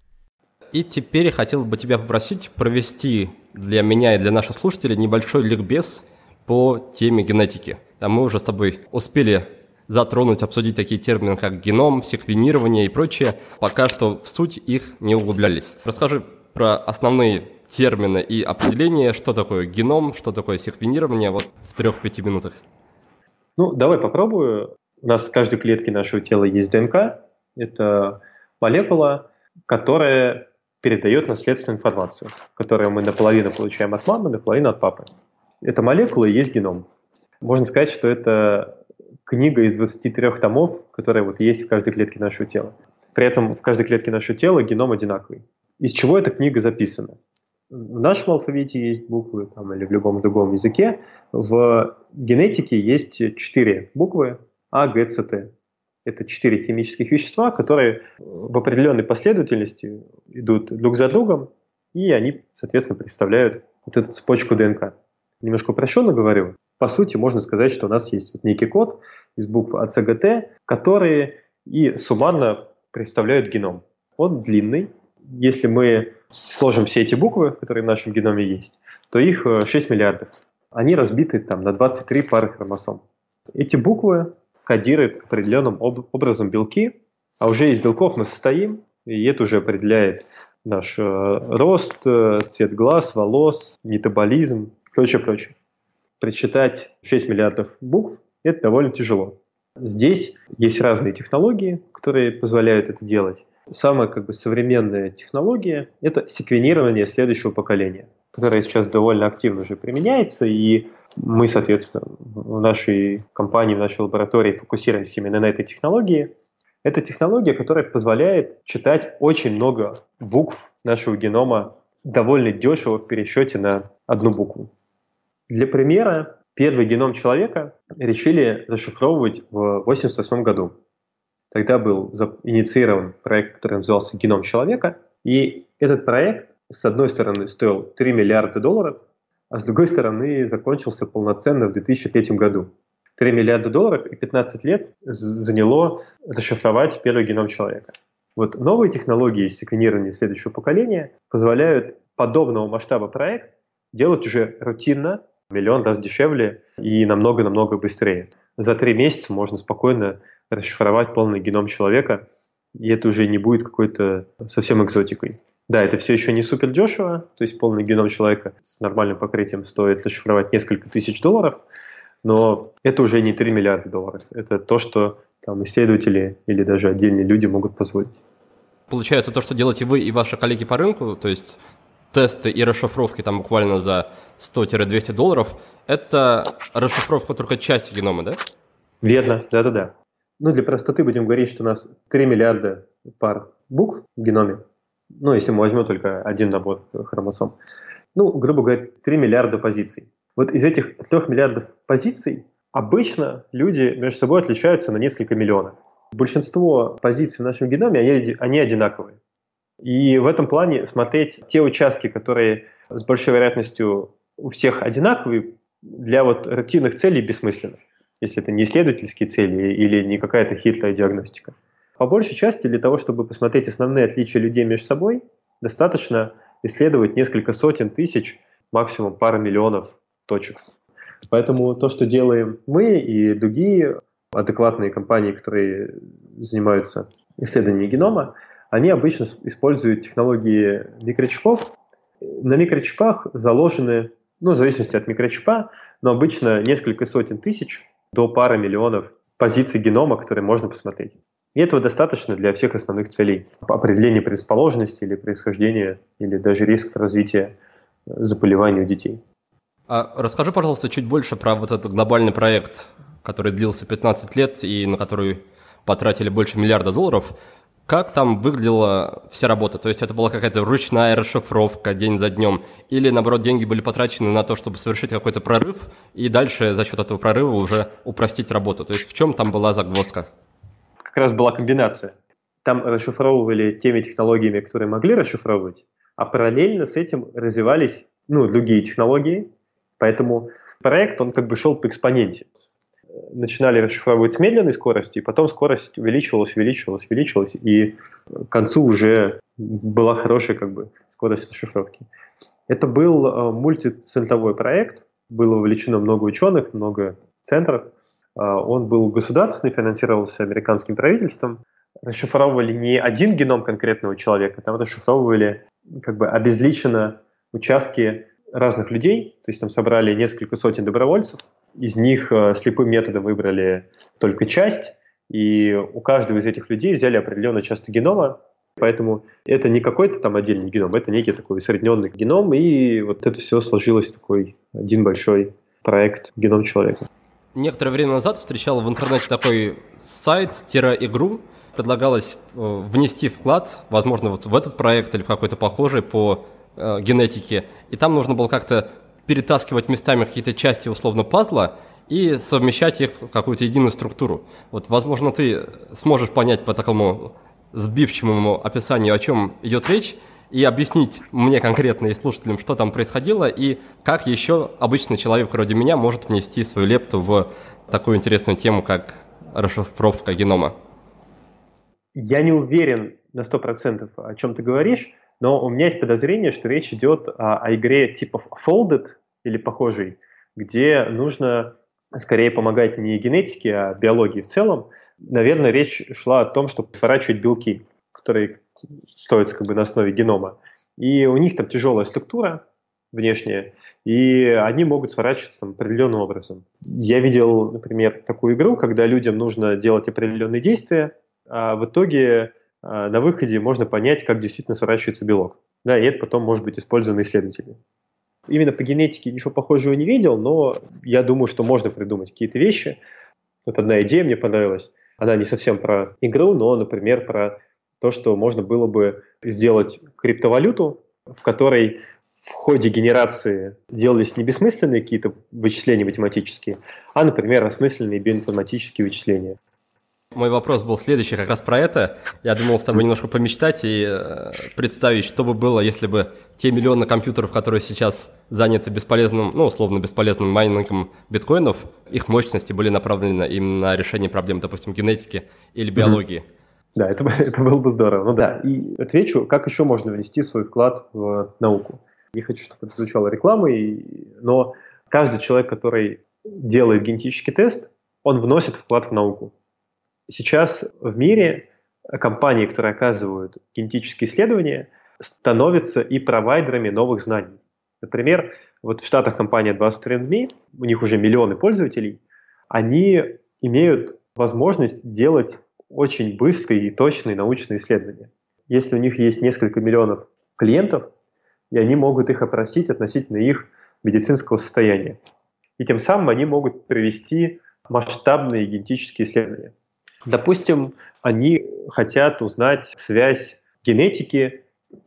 И теперь я хотел бы тебя попросить провести для меня и для наших слушателей небольшой ликбез по теме генетики. Там мы уже с тобой успели затронуть, обсудить такие термины, как геном, секвенирование и прочее. Пока что в суть их не углублялись. Расскажи про основные термины и определения, что такое геном, что такое секвенирование, вот в трех-пяти минутах. Ну, давай попробую. У нас в каждой клетке нашего тела есть дэ эн ка. Это молекула, которая передает наследственную информацию, которую мы наполовину получаем от мамы, наполовину от папы. Эта молекула и есть геном. Можно сказать, что это книга из двадцати трёх томов, которая вот есть в каждой клетке нашего тела. При этом в каждой клетке нашего тела геном одинаковый. Из чего эта книга записана? В нашем алфавите есть буквы, там, или в любом другом языке. В генетике есть четыре буквы А, Г, Ц, Т. Это четыре химических вещества, которые в определенной последовательности идут друг за другом, и они, соответственно, представляют вот эту цепочку ДНК. Немножко упрощенно говорю. По сути, можно сказать, что у нас есть вот некий код из букв А, Ц, Г, Т, которые и суммарно представляют геном. Он длинный. Если мы сложим все эти буквы, которые в нашем геноме есть, то их шесть миллиардов. Они разбиты там на двадцать три пары хромосом. Эти буквы кодируют определенным об- образом белки, а уже из белков мы состоим, и это уже определяет наш э, рост, э, цвет глаз, волос, метаболизм, прочее, прочее. Прочитать шесть миллиардов букв – это довольно тяжело. Здесь есть разные технологии, которые позволяют это делать. Самая как бы современная технология – это секвенирование следующего поколения, которое сейчас довольно активно уже применяется, и мы, соответственно, в нашей компании, в нашей лаборатории фокусируемся именно на этой технологии. Это технология, которая позволяет читать очень много букв нашего генома довольно дешево в пересчете на одну букву. Для примера, первый геном человека решили зашифровывать в восемьдесят восьмом году. Тогда был инициирован проект, который назывался «Геном человека», и этот проект, с одной стороны, стоил три миллиарда долларов, а с другой стороны, закончился полноценно в две тысячи третьем году. три миллиарда долларов и пятнадцать лет заняло расшифровать первый геном человека. Вот новые технологии секвенирования следующего поколения позволяют подобного масштаба проект делать уже рутинно, миллион раз дешевле и намного-намного быстрее. За три месяца можно спокойно расшифровать полный геном человека, и это уже не будет какой-то совсем экзотикой. Да, это все еще не супер дешево, то есть полный геном человека с нормальным покрытием стоит расшифровать несколько тысяч долларов, но это уже не три миллиарда долларов. Это то, что там исследователи или даже отдельные люди могут позволить. Получается, то, что делаете вы и ваши коллеги по рынку, то есть тесты и расшифровки там буквально за сто-двести долларов, это расшифровка только части генома, да? Верно, да-да-да. Ну, для простоты будем говорить, что у нас три миллиарда пар букв в геноме. Ну, если мы возьмем только один набор хромосом. Ну, грубо говоря, три миллиарда позиций. Вот из этих трех миллиардов позиций обычно люди между собой отличаются на несколько миллионов. Большинство позиций в нашем геноме, они, они одинаковые. И в этом плане смотреть те участки, которые с большой вероятностью у всех одинаковые, для вот рутинных целей бессмысленно, если это не исследовательские цели или не какая-то хитрая диагностика. По большей части для того, чтобы посмотреть основные отличия людей между собой, достаточно исследовать несколько сотен тысяч, максимум пара миллионов точек. Поэтому то, что делаем мы и другие адекватные компании, которые занимаются исследованием генома, они обычно используют технологии микрочипов. На микрочипах заложены, ну, в зависимости от микрочипа, но обычно несколько сотен тысяч до пары миллионов позиций генома, которые можно посмотреть. И этого достаточно для всех основных целей. Определения предрасположенности или происхождения, или даже риск развития заболеваний у детей. А расскажи, пожалуйста, чуть больше про вот этот глобальный проект, который длился пятнадцать лет и на который потратили больше миллиарда долларов. Как там выглядела вся работа? То есть это была какая-то ручная расшифровка день за днем? Или, наоборот, деньги были потрачены на то, чтобы совершить какой-то прорыв, и дальше за счет этого прорыва уже упростить работу? То есть в чем там была загвоздка? Как раз была комбинация. Там расшифровывали теми технологиями, которые могли расшифровывать, а параллельно с этим развивались ну, другие технологии. Поэтому проект, он как бы шел по экспоненте. Начинали расшифровывать с медленной скоростью, и потом скорость увеличивалась, увеличивалась, увеличивалась, и к концу уже была хорошая как бы скорость расшифровки. Это был э, мультицентровой проект, было вовлечено много ученых, много центров. Э, он был государственный, финансировался американским правительством. Расшифровывали не один геном конкретного человека, там расшифровывали как бы обезличенно участки разных людей, то есть там собрали несколько сотен добровольцев, из них э, слепым методом выбрали только часть, и у каждого из этих людей взяли определенный участок генома, поэтому это не какой-то там отдельный геном, это некий такой усредненный геном, и вот это все сложилось в такой один большой проект «Геном человека». Некоторое время назад встречал в интернете такой сайт-игру. Предлагалось э, внести вклад, возможно, вот в этот проект или в какой-то похожий по э, генетике. И там нужно было как-то перетаскивать местами какие-то части условно пазла и совмещать их в какую-то единую структуру. Вот, возможно, ты сможешь понять по такому сбивчивому описанию, о чем идет речь, и объяснить мне конкретно и слушателям, что там происходило, и как еще обычный человек вроде меня может внести свою лепту в такую интересную тему, как расшифровка генома. Я не уверен на сто процентов, о чем ты говоришь, но у меня есть подозрение, что речь идет о, о игре типа Folded или похожей, где нужно скорее помогать не генетике, а биологии в целом. Наверное, речь шла о том, чтобы сворачивать белки, которые строятся как бы на основе генома. И у них там тяжелая структура внешняя, и они могут сворачиваться там определенным образом. Я видел, например, такую игру, когда людям нужно делать определенные действия, а в итоге а, на выходе можно понять, как действительно сворачивается белок. Да, и это потом может быть использовано исследователями. Именно по генетике ничего похожего не видел, но я думаю, что можно придумать какие-то вещи. Вот одна идея мне понравилась. Она не совсем про игру, но, например, про то, что можно было бы сделать криптовалюту, в которой в ходе генерации делались не бессмысленные какие-то вычисления математические, а, например, осмысленные биоинформатические вычисления. Мой вопрос был следующий как раз про это. Я думал с тобой немножко помечтать и э, представить, что бы было, если бы те миллионы компьютеров, которые сейчас заняты бесполезным, ну, условно бесполезным майнингом биткоинов, их мощности были направлены именно на решение проблем, допустим, генетики или биологии. Mm-hmm. Да, это, это было бы здорово. Ну да, и отвечу, как еще можно внести свой вклад в науку. Не хочу, чтобы это звучало рекламой, но каждый человек, который делает генетический тест, он вносит вклад в науку. Сейчас в мире компании, которые оказывают генетические исследования, становятся и провайдерами новых знаний. Например, вот в Штатах компания двадцать три энд ми, у них уже миллионы пользователей, они имеют возможность делать очень быстрые и точные научные исследования. Если у них есть несколько миллионов клиентов, и они могут их опросить относительно их медицинского состояния. И тем самым они могут провести масштабные генетические исследования. Допустим, они хотят узнать связь генетики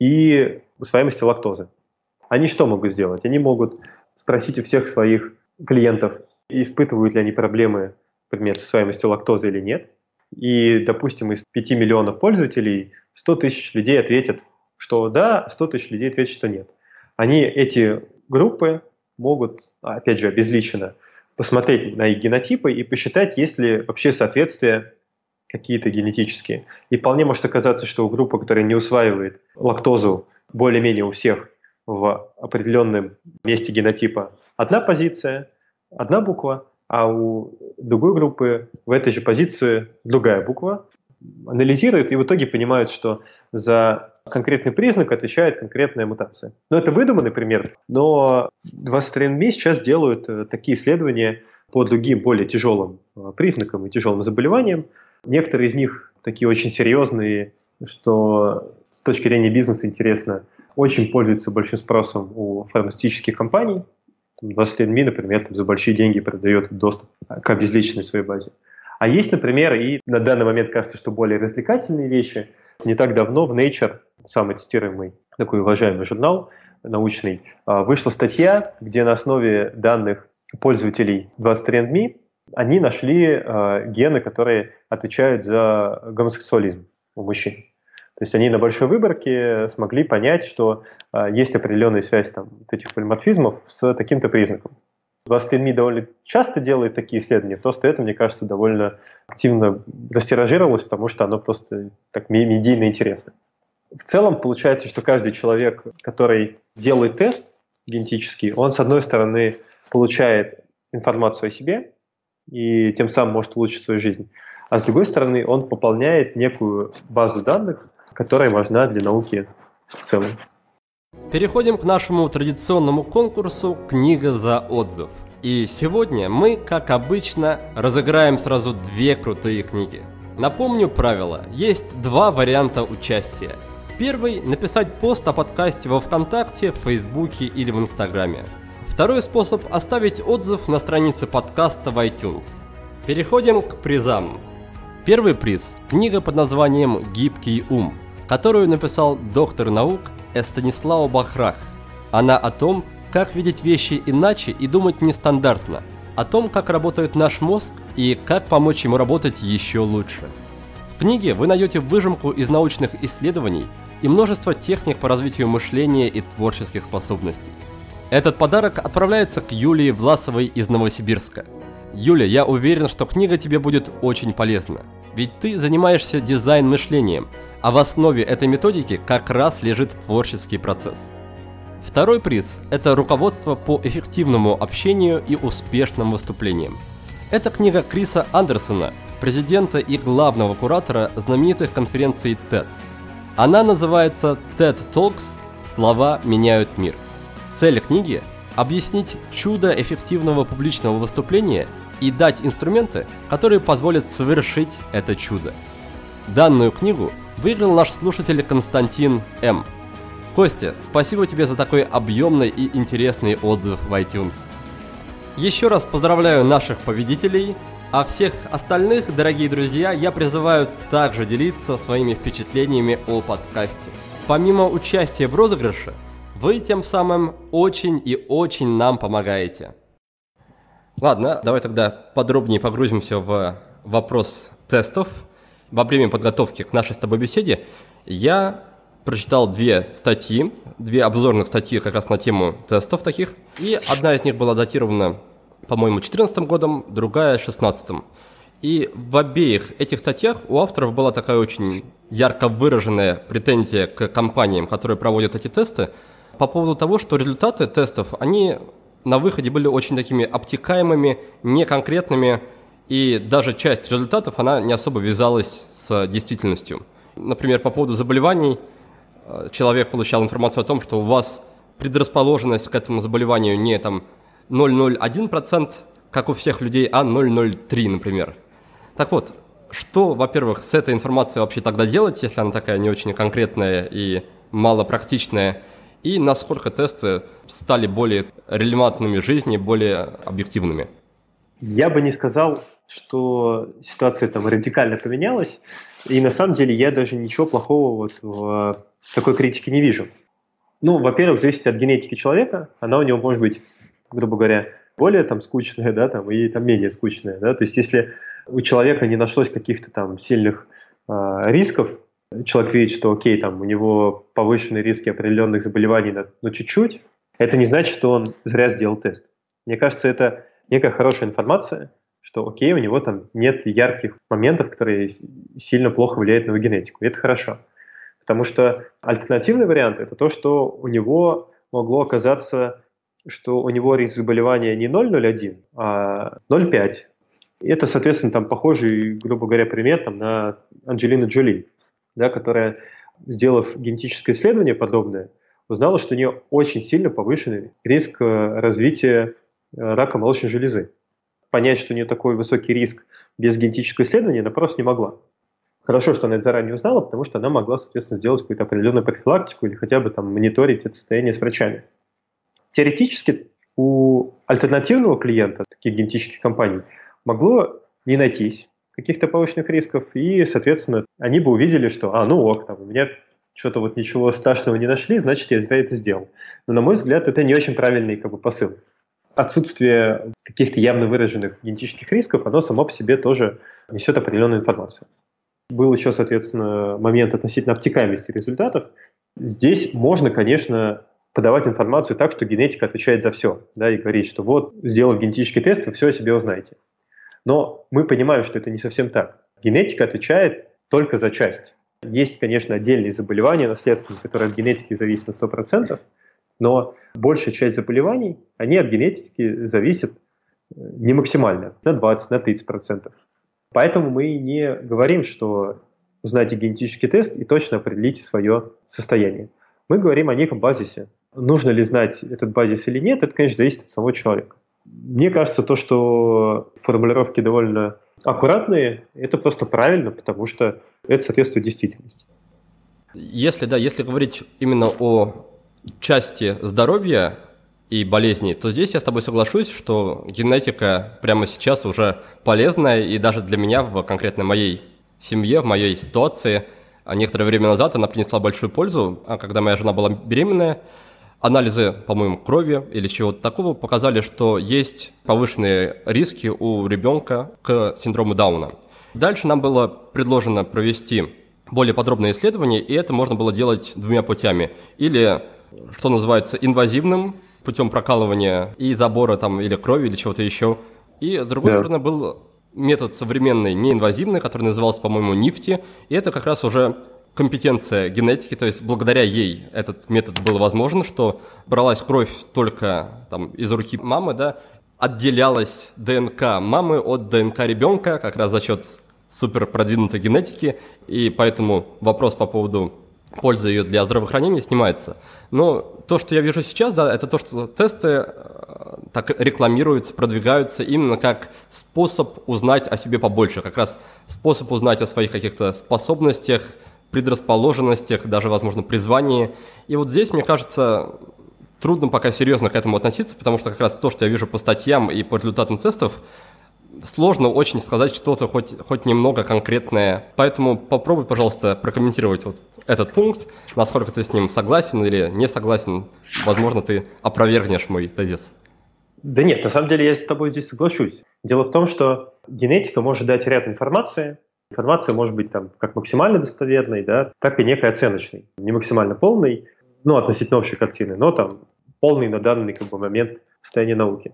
и усвояемости лактозы. Они что могут сделать? Они могут спросить у всех своих клиентов, испытывают ли они проблемы, например, с усвояемостью лактозы или нет. И, допустим, из пяти миллионов пользователей сто тысяч людей ответят, что да, сто тысяч людей ответят, что нет. Они, эти группы, могут, опять же, обезличенно посмотреть на их генотипы и посчитать, есть ли вообще соответствие какие-то генетические. И вполне может оказаться, что у группы, которая не усваивает лактозу, более-менее у всех в определенном месте генотипа одна позиция, одна буква, а у другой группы в этой же позиции другая буква. Анализируют и в итоге понимают, что за конкретный признак отвечает конкретная мутация. Но это выдуманный пример, но двадцать три энд ми сейчас делают такие исследования по другим, более тяжелым признакам и тяжелым заболеваниям. Некоторые из них такие очень серьезные, что с точки зрения бизнеса интересно, очень пользуются большим спросом у фармацевтических компаний. двадцать три энд ми, например, там, за большие деньги продает доступ к обезличенной своей базе. А есть, например, и на данный момент кажется, что более развлекательные вещи. Не так давно в Nature, самый цитируемый, такой уважаемый журнал научный, вышла статья, где на основе данных пользователей двадцать три энд ми они нашли э, гены, которые отвечают за гомосексуализм у мужчин. То есть они на большой выборке смогли понять, что э, есть определенная связь там, этих полиморфизмов с таким-то признаком. двадцать три энд ми довольно часто делает такие исследования, просто это, мне кажется, довольно активно растиражировалось, потому что оно просто так медийно интересно. В целом получается, что каждый человек, который делает тест генетический, он, с одной стороны, получает информацию о себе, и тем самым может улучшить свою жизнь. А с другой стороны, он пополняет некую базу данных, которая важна для науки в целом. Переходим к нашему традиционному конкурсу «Книга за отзыв». И сегодня мы, как обычно, разыграем сразу две крутые книги. Напомню правила. Есть два варианта участия. Первый – написать пост о подкасте во ВКонтакте, в Фейсбуке или в Инстаграме. Второй способ – оставить отзыв на странице подкаста в iTunes. Переходим к призам. Первый приз – книга под названием «Гибкий ум», которую написал доктор наук Эстанислау Бахрах. Она о том, как видеть вещи иначе и думать нестандартно, о том, как работает наш мозг и как помочь ему работать еще лучше. В книге вы найдете выжимку из научных исследований и множество техник по развитию мышления и творческих способностей. Этот подарок отправляется к Юлии Власовой из Новосибирска. Юля, я уверен, что книга тебе будет очень полезна, ведь ты занимаешься дизайн-мышлением, а в основе этой методики как раз лежит творческий процесс. Второй приз – это руководство по эффективному общению и успешным выступлениям. Это книга Криса Андерсона, президента и главного куратора знаменитых конференций тед. Она называется тед Talks «Слова меняют мир». Цель книги – объяснить чудо эффективного публичного выступления и дать инструменты, которые позволят совершить это чудо. Данную книгу выиграл наш слушатель Константин М. Костя, спасибо тебе за такой объемный и интересный отзыв в iTunes. Еще раз поздравляю наших победителей, а всех остальных, дорогие друзья, я призываю также делиться своими впечатлениями о подкасте. Помимо участия в розыгрыше, вы тем самым очень и очень нам помогаете. Ладно, давай тогда подробнее погрузимся в вопрос тестов. Во время подготовки к нашей с тобой беседе я прочитал две статьи, две обзорных статьи как раз на тему тестов таких. И одна из них была датирована, по-моему, две тысячи четырнадцатым годом, другая – две тысячи шестнадцатым. И в обеих этих статьях у авторов была такая очень ярко выраженная претензия к компаниям, которые проводят эти тесты, по поводу того, что результаты тестов, они на выходе были очень такими обтекаемыми, неконкретными, и даже часть результатов, она не особо вязалась с действительностью. Например, по поводу заболеваний, человек получал информацию о том, что у вас предрасположенность к этому заболеванию не там ноль целых ноль один процента, как у всех людей, а ноль целых ноль три процента, например. Так вот, что, во-первых, с этой информацией вообще тогда делать, если она такая не очень конкретная и малопрактичная, и насколько тесты стали более релевантными в жизни, более объективными? Я бы не сказал, что ситуация там радикально поменялась, и на самом деле я даже ничего плохого вот в такой критике не вижу. Ну, во-первых, зависит от генетики человека, она у него может быть, грубо говоря, более там скучная, да, там, и там менее скучная, да, то есть если у человека не нашлось каких-то там сильных э, рисков, человек видит, что окей, там у него повышенные риски определенных заболеваний, но чуть-чуть, это не значит, что он зря сделал тест. Мне кажется, это некая хорошая информация, что окей, у него там нет ярких моментов, которые сильно плохо влияют на его генетику. И это хорошо. Потому что альтернативный вариант – это то, что у него могло оказаться, что у него риск заболевания не ноль целых ноль один, а ноль целых пять. И это, соответственно, там похожий, грубо говоря, пример там, на Анджелину Джоли, да, которая, сделав генетическое исследование подобное, узнала, что у нее очень сильно повышенный риск развития рака молочной железы. Понять, что у нее такой высокий риск без генетического исследования, она просто не могла. Хорошо, что она это заранее узнала, потому что она могла, соответственно, сделать какую-то определенную профилактику или хотя бы там мониторить это состояние с врачами. Теоретически у альтернативного клиента, таких генетических компаний, могло не найтись каких-то повышенных рисков, и, соответственно, они бы увидели, что, а, ну ок, там, у меня что-то вот ничего страшного не нашли, значит, я зря это сделал. Но, на мой взгляд, это не очень правильный как бы посыл. Отсутствие каких-то явно выраженных генетических рисков, оно само по себе тоже несет определенную информацию. Был еще, соответственно, момент относительно обтекаемости результатов. Здесь можно, конечно, подавать информацию так, что генетика отвечает за все, да, и говорить, что вот, сделав генетический тест, вы все о себе узнаете. Но мы понимаем, что это не совсем так. Генетика отвечает только за часть. Есть, конечно, отдельные заболевания наследственные, которые от генетики зависят на сто процентов, но большая часть заболеваний, они от генетики зависят не максимально, на двадцать, на тридцать процентов. Поэтому мы не говорим, что узнайте генетический тест и точно определите свое состояние. Мы говорим о неком базисе. Нужно ли знать этот базис или нет, это, конечно, зависит от самого человека. Мне кажется, то, что формулировки довольно аккуратные, это просто правильно, потому что это соответствует действительности. Если, да, если говорить именно о части здоровья, и болезней, то здесь я с тобой соглашусь, что генетика прямо сейчас уже полезная, и даже для меня в конкретно моей семье, в моей ситуации, некоторое время назад она принесла большую пользу, а когда моя жена была беременная, анализы, по-моему, крови или чего-то такого показали, что есть повышенные риски у ребенка к синдрому Дауна. Дальше нам было предложено провести более подробное исследование, и это можно было делать двумя путями. Или, что называется, инвазивным, путем прокалывания и забора там, или крови, или чего-то еще. И, с другой да. стороны, был метод современный, неинвазивный, который назывался, по-моему, нифти, и это как раз уже компетенция генетики, то есть благодаря ей этот метод был возможен, что бралась кровь только там, из руки мамы, да, отделялась ДНК мамы от ДНК ребенка, как раз за счет супер продвинутой генетики, и поэтому вопрос по поводу пользы ее для здравоохранения снимается. Но то, что я вижу сейчас, да, это то, что тесты так рекламируются, продвигаются именно как способ узнать о себе побольше, как раз способ узнать о своих каких-то способностях, предрасположенностях, даже, возможно, призвании. И вот здесь, мне кажется, трудно пока серьезно к этому относиться, потому что как раз то, что я вижу по статьям и по результатам тестов, сложно очень сказать что-то хоть, хоть немного конкретное. Поэтому попробуй, пожалуйста, прокомментировать вот этот пункт, насколько ты с ним согласен или не согласен. Возможно, ты опровергнешь мой тезис. Да нет, на самом деле я с тобой здесь соглашусь. Дело в том, что генетика может дать ряд информации. Информация может быть там как максимально достоверной, да, так и некой оценочной. Не максимально полной, ну, относительно общей картины, но там полный на данный как бы, момент состояния науки.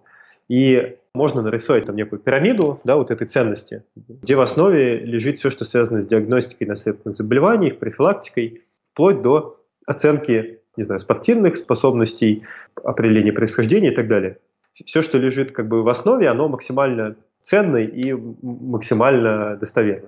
И можно нарисовать там некую пирамиду, да, вот этой ценности, где в основе лежит все, что связано с диагностикой наследственных заболеваний, профилактикой, вплоть до оценки, не знаю, спортивных способностей, определения происхождения и так далее. Все, что лежит как бы в основе, оно максимально ценно и максимально достоверно.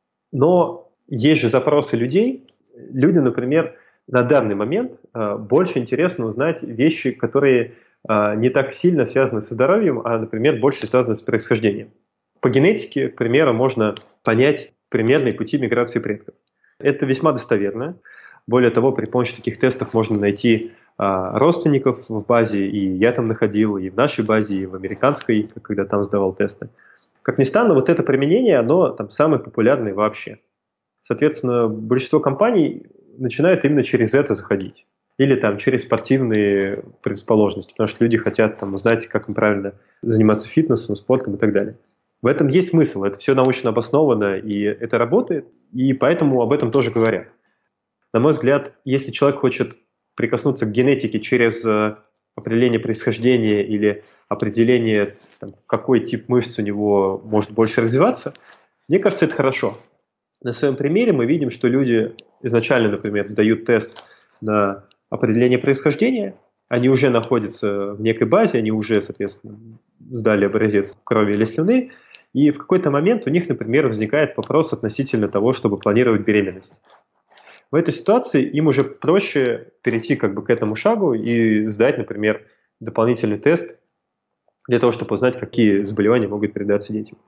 Но есть же запросы людей. Люди, например, на данный момент э, больше интересно узнать вещи, которые э, не так сильно связаны со здоровьем, а, например, больше связаны с происхождением. По генетике, к примеру, можно понять примерные пути миграции предков. Это весьма достоверно. Более того, при помощи таких тестов можно найти э, родственников в базе, и я там находил, и в нашей базе, и в американской, когда там сдавал тесты. Как ни странно, вот это применение, оно там самое популярное вообще. Соответственно, большинство компаний начинают именно через это заходить. Или там через спортивные предрасположенности, потому что люди хотят там узнать, как им правильно заниматься фитнесом, спортом и так далее. В этом есть смысл, это все научно обосновано, и это работает, и поэтому об этом тоже говорят. На мой взгляд, если человек хочет прикоснуться к генетике через определение происхождения или определение, там, какой тип мышц у него может больше развиваться, мне кажется, это хорошо. На своем примере мы видим, что люди изначально, например, сдают тест на определение происхождения, они уже находятся в некой базе, они уже, соответственно, сдали образец крови или слюны, и в какой-то момент у них, например, возникает вопрос относительно того, чтобы планировать беременность. В этой ситуации им уже проще перейти как бы к этому шагу и сдать, например, дополнительный тест для того, чтобы узнать, какие заболевания могут передаться детям.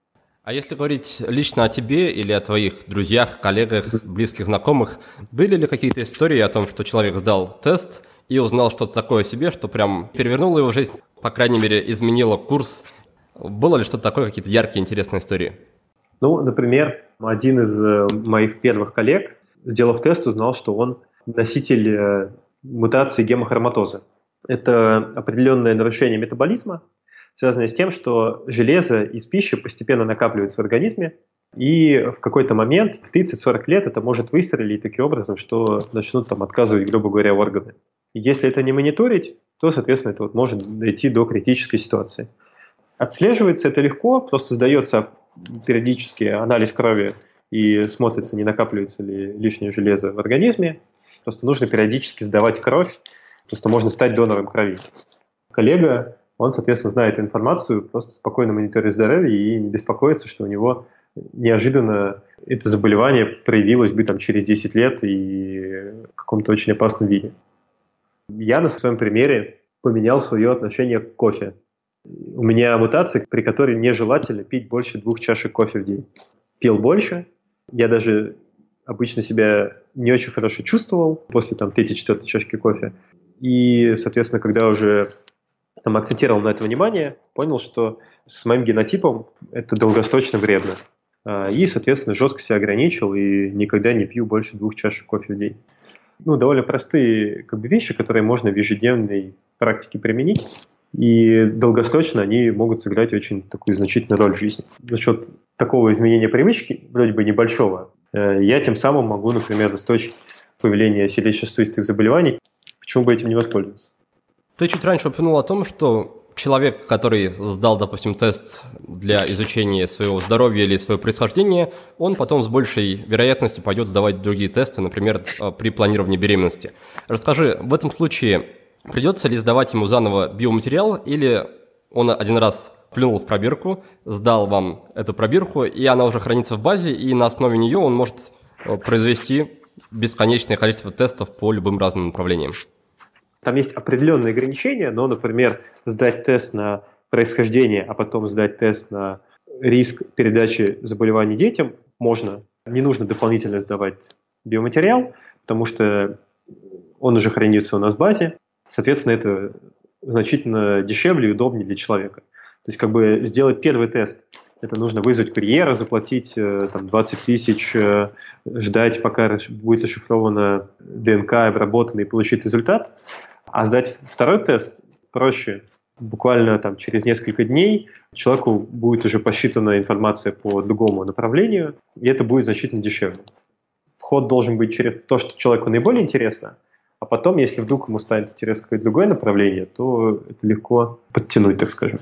А если говорить лично о тебе или о твоих друзьях, коллегах, близких, знакомых, были ли какие-то истории о том, что человек сдал тест и узнал что-то такое о себе, что прям перевернуло его жизнь, по крайней мере, изменило курс? Было ли что-то такое, какие-то яркие, интересные истории? Ну, например, один из моих первых коллег, сделав тест, узнал, что он носитель мутации гемохроматоза. Это определенное нарушение метаболизма, связанное с тем, что железо из пищи постепенно накапливается в организме, и в какой-то момент, в тридцать-сорок лет, это может выстрелить таким образом, что начнут там отказывать, грубо говоря, органы. И если это не мониторить, то, соответственно, это вот может дойти до критической ситуации. Отслеживается это легко, просто сдается периодически анализ крови и смотрится, не накапливается ли лишнее железо в организме. Просто нужно периодически сдавать кровь, просто можно стать донором крови. Коллега, он, соответственно, знает информацию, просто спокойно мониторит здоровье и не беспокоится, что у него неожиданно это заболевание проявилось бы там, через десять лет и в каком-то очень опасном виде. Я на своем примере поменял свое отношение к кофе. У меня мутация, при которой нежелательно пить больше двух чашек кофе в день. Пил больше, я даже обычно себя не очень хорошо чувствовал после там, третьей-четвертой чашки кофе. И, соответственно, когда уже там, акцентировал на это внимание, понял, что с моим генотипом это долгосрочно вредно. И, соответственно, жестко себя ограничил и никогда не пью больше двух чашек кофе в день. Ну, довольно простые как бы, вещи, которые можно в ежедневной практике применить, и долгосрочно они могут сыграть очень такую значительную роль в жизни. За счет такого изменения привычки, вроде бы небольшого, я тем самым могу, например, источить появления сердечно-сосудистых заболеваний. Почему бы этим не воспользоваться? Ты чуть раньше упомянул о том, что человек, который сдал, допустим, тест для изучения своего здоровья или своего происхождения, он потом с большей вероятностью пойдет сдавать другие тесты, например, при планировании беременности. Расскажи, в этом случае придется ли сдавать ему заново биоматериал, или он один раз плюнул в пробирку, сдал вам эту пробирку, и она уже хранится в базе, и на основе нее он может произвести бесконечное количество тестов по любым разным направлениям? Там есть определенные ограничения, но, например, сдать тест на происхождение, а потом сдать тест на риск передачи заболеваний детям можно. Не нужно дополнительно сдавать биоматериал, потому что он уже хранится у нас в базе. Соответственно, это значительно дешевле и удобнее для человека. То есть, как бы сделать первый тест, это нужно вызвать курьера, заплатить там, двадцать тысяч, ждать, пока будет зашифрована ДНК, обработана и получить результат. А сдать второй тест проще. Буквально там, через несколько дней человеку будет уже посчитана информация по другому направлению, и это будет значительно дешевле. Вход должен быть через то, что человеку наиболее интересно, а потом, если вдруг ему станет интересно какое-то другое направление, то это легко подтянуть, так скажем.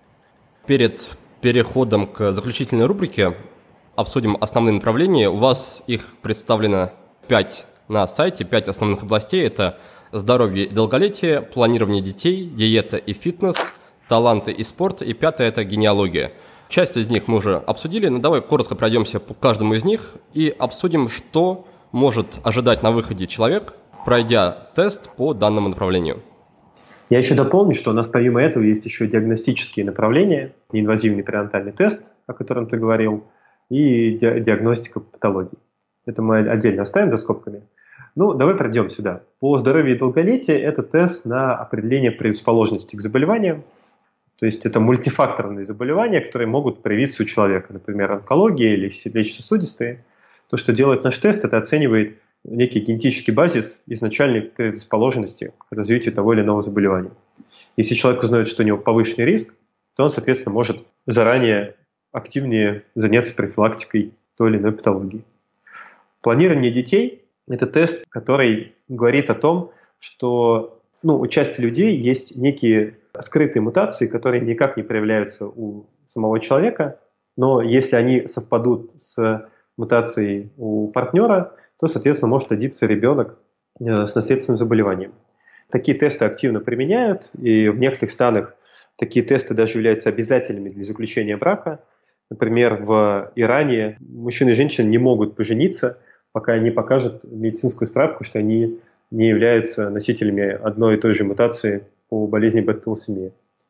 Перед переходом к заключительной рубрике обсудим основные направления. У вас их представлено пять на сайте, пять основных областей. Это здоровье и долголетие, планирование детей, диета и фитнес, таланты и спорт, и пятое – это генеалогия. Часть из них мы уже обсудили, но давай коротко пройдемся по каждому из них и обсудим, что может ожидать на выходе человек, пройдя тест по данному направлению. Я еще дополню, что у нас помимо этого есть еще диагностические направления, неинвазивный перинатальный тест, о котором ты говорил, и ди- диагностика патологий. Это мы отдельно оставим за скобками. Ну, давай пройдем сюда. По здоровью и долголетию это тест на определение предрасположенности к заболеваниям. То есть это мультифакторные заболевания, которые могут проявиться у человека, например, онкология или сердечно-сосудистые. То, что делает наш тест, это оценивает некий генетический базис изначальной предрасположенности к развитию того или иного заболевания. Если человек узнает, что у него повышенный риск, то он, соответственно, может заранее активнее заняться профилактикой той или иной патологии. Планирование детей – это тест, который говорит о том, что ну, у части людей есть некие скрытые мутации, которые никак не проявляются у самого человека, но если они совпадут с мутацией у партнера, то, соответственно, может родиться ребенок с наследственным заболеванием. Такие тесты активно применяют, и в некоторых странах такие тесты даже являются обязательными для заключения брака. Например, в Иране мужчина и женщина не могут пожениться, пока не покажут медицинскую справку, что они не являются носителями одной и той же мутации по болезни бета-талассемия.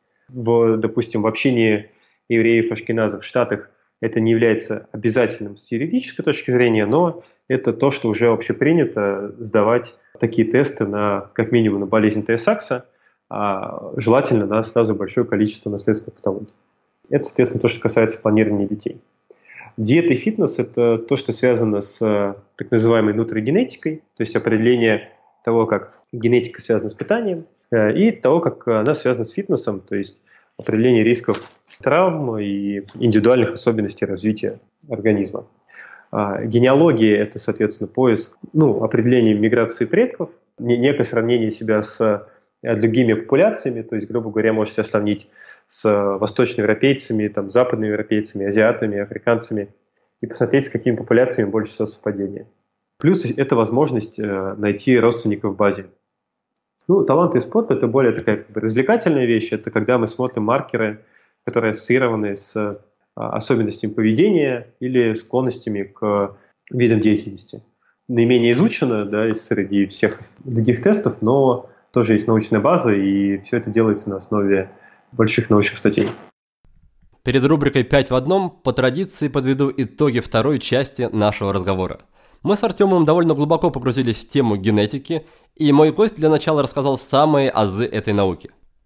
В, допустим, в общине евреев-ашкеназов в Штатах это не является обязательным с юридической точки зрения, но это то, что уже общепринято сдавать такие тесты на, как минимум, на болезнь Tay-Сакса, а желательно на сразу большое количество наследственных патологий. Это, соответственно, то, что касается планирования детей. Диета и фитнес – это то, что связано с так называемой нутригенетикой, то есть определение того, как генетика связана с питанием, и того, как она связана с фитнесом, то есть определение рисков травм и индивидуальных особенностей развития организма. Генеалогия – это, соответственно, поиск, ну, определение миграции предков, некое сравнение себя с другими популяциями, то есть, грубо говоря, можете себя сравнить с восточноевропейцами, там, западноевропейцами, азиатами, африканцами и посмотреть, с какими популяциями больше всего совпадения. Плюс это возможность э, найти родственников в базе. Ну, таланты и спорт – это более такая как бы, развлекательная вещь. Это когда мы смотрим маркеры, которые ассоциированы с э, особенностями поведения или склонностями к видам деятельности. Наименее изучено, да, среди всех других тестов, но тоже есть научная база, и все это делается на основе больших научных статей. Перед рубрикой «пять в одном» по традиции подведу итоги второй части нашего разговора. Мы с Артемом довольно глубоко погрузились в тему генетики, и мой гость для начала рассказал самые азы этой науки.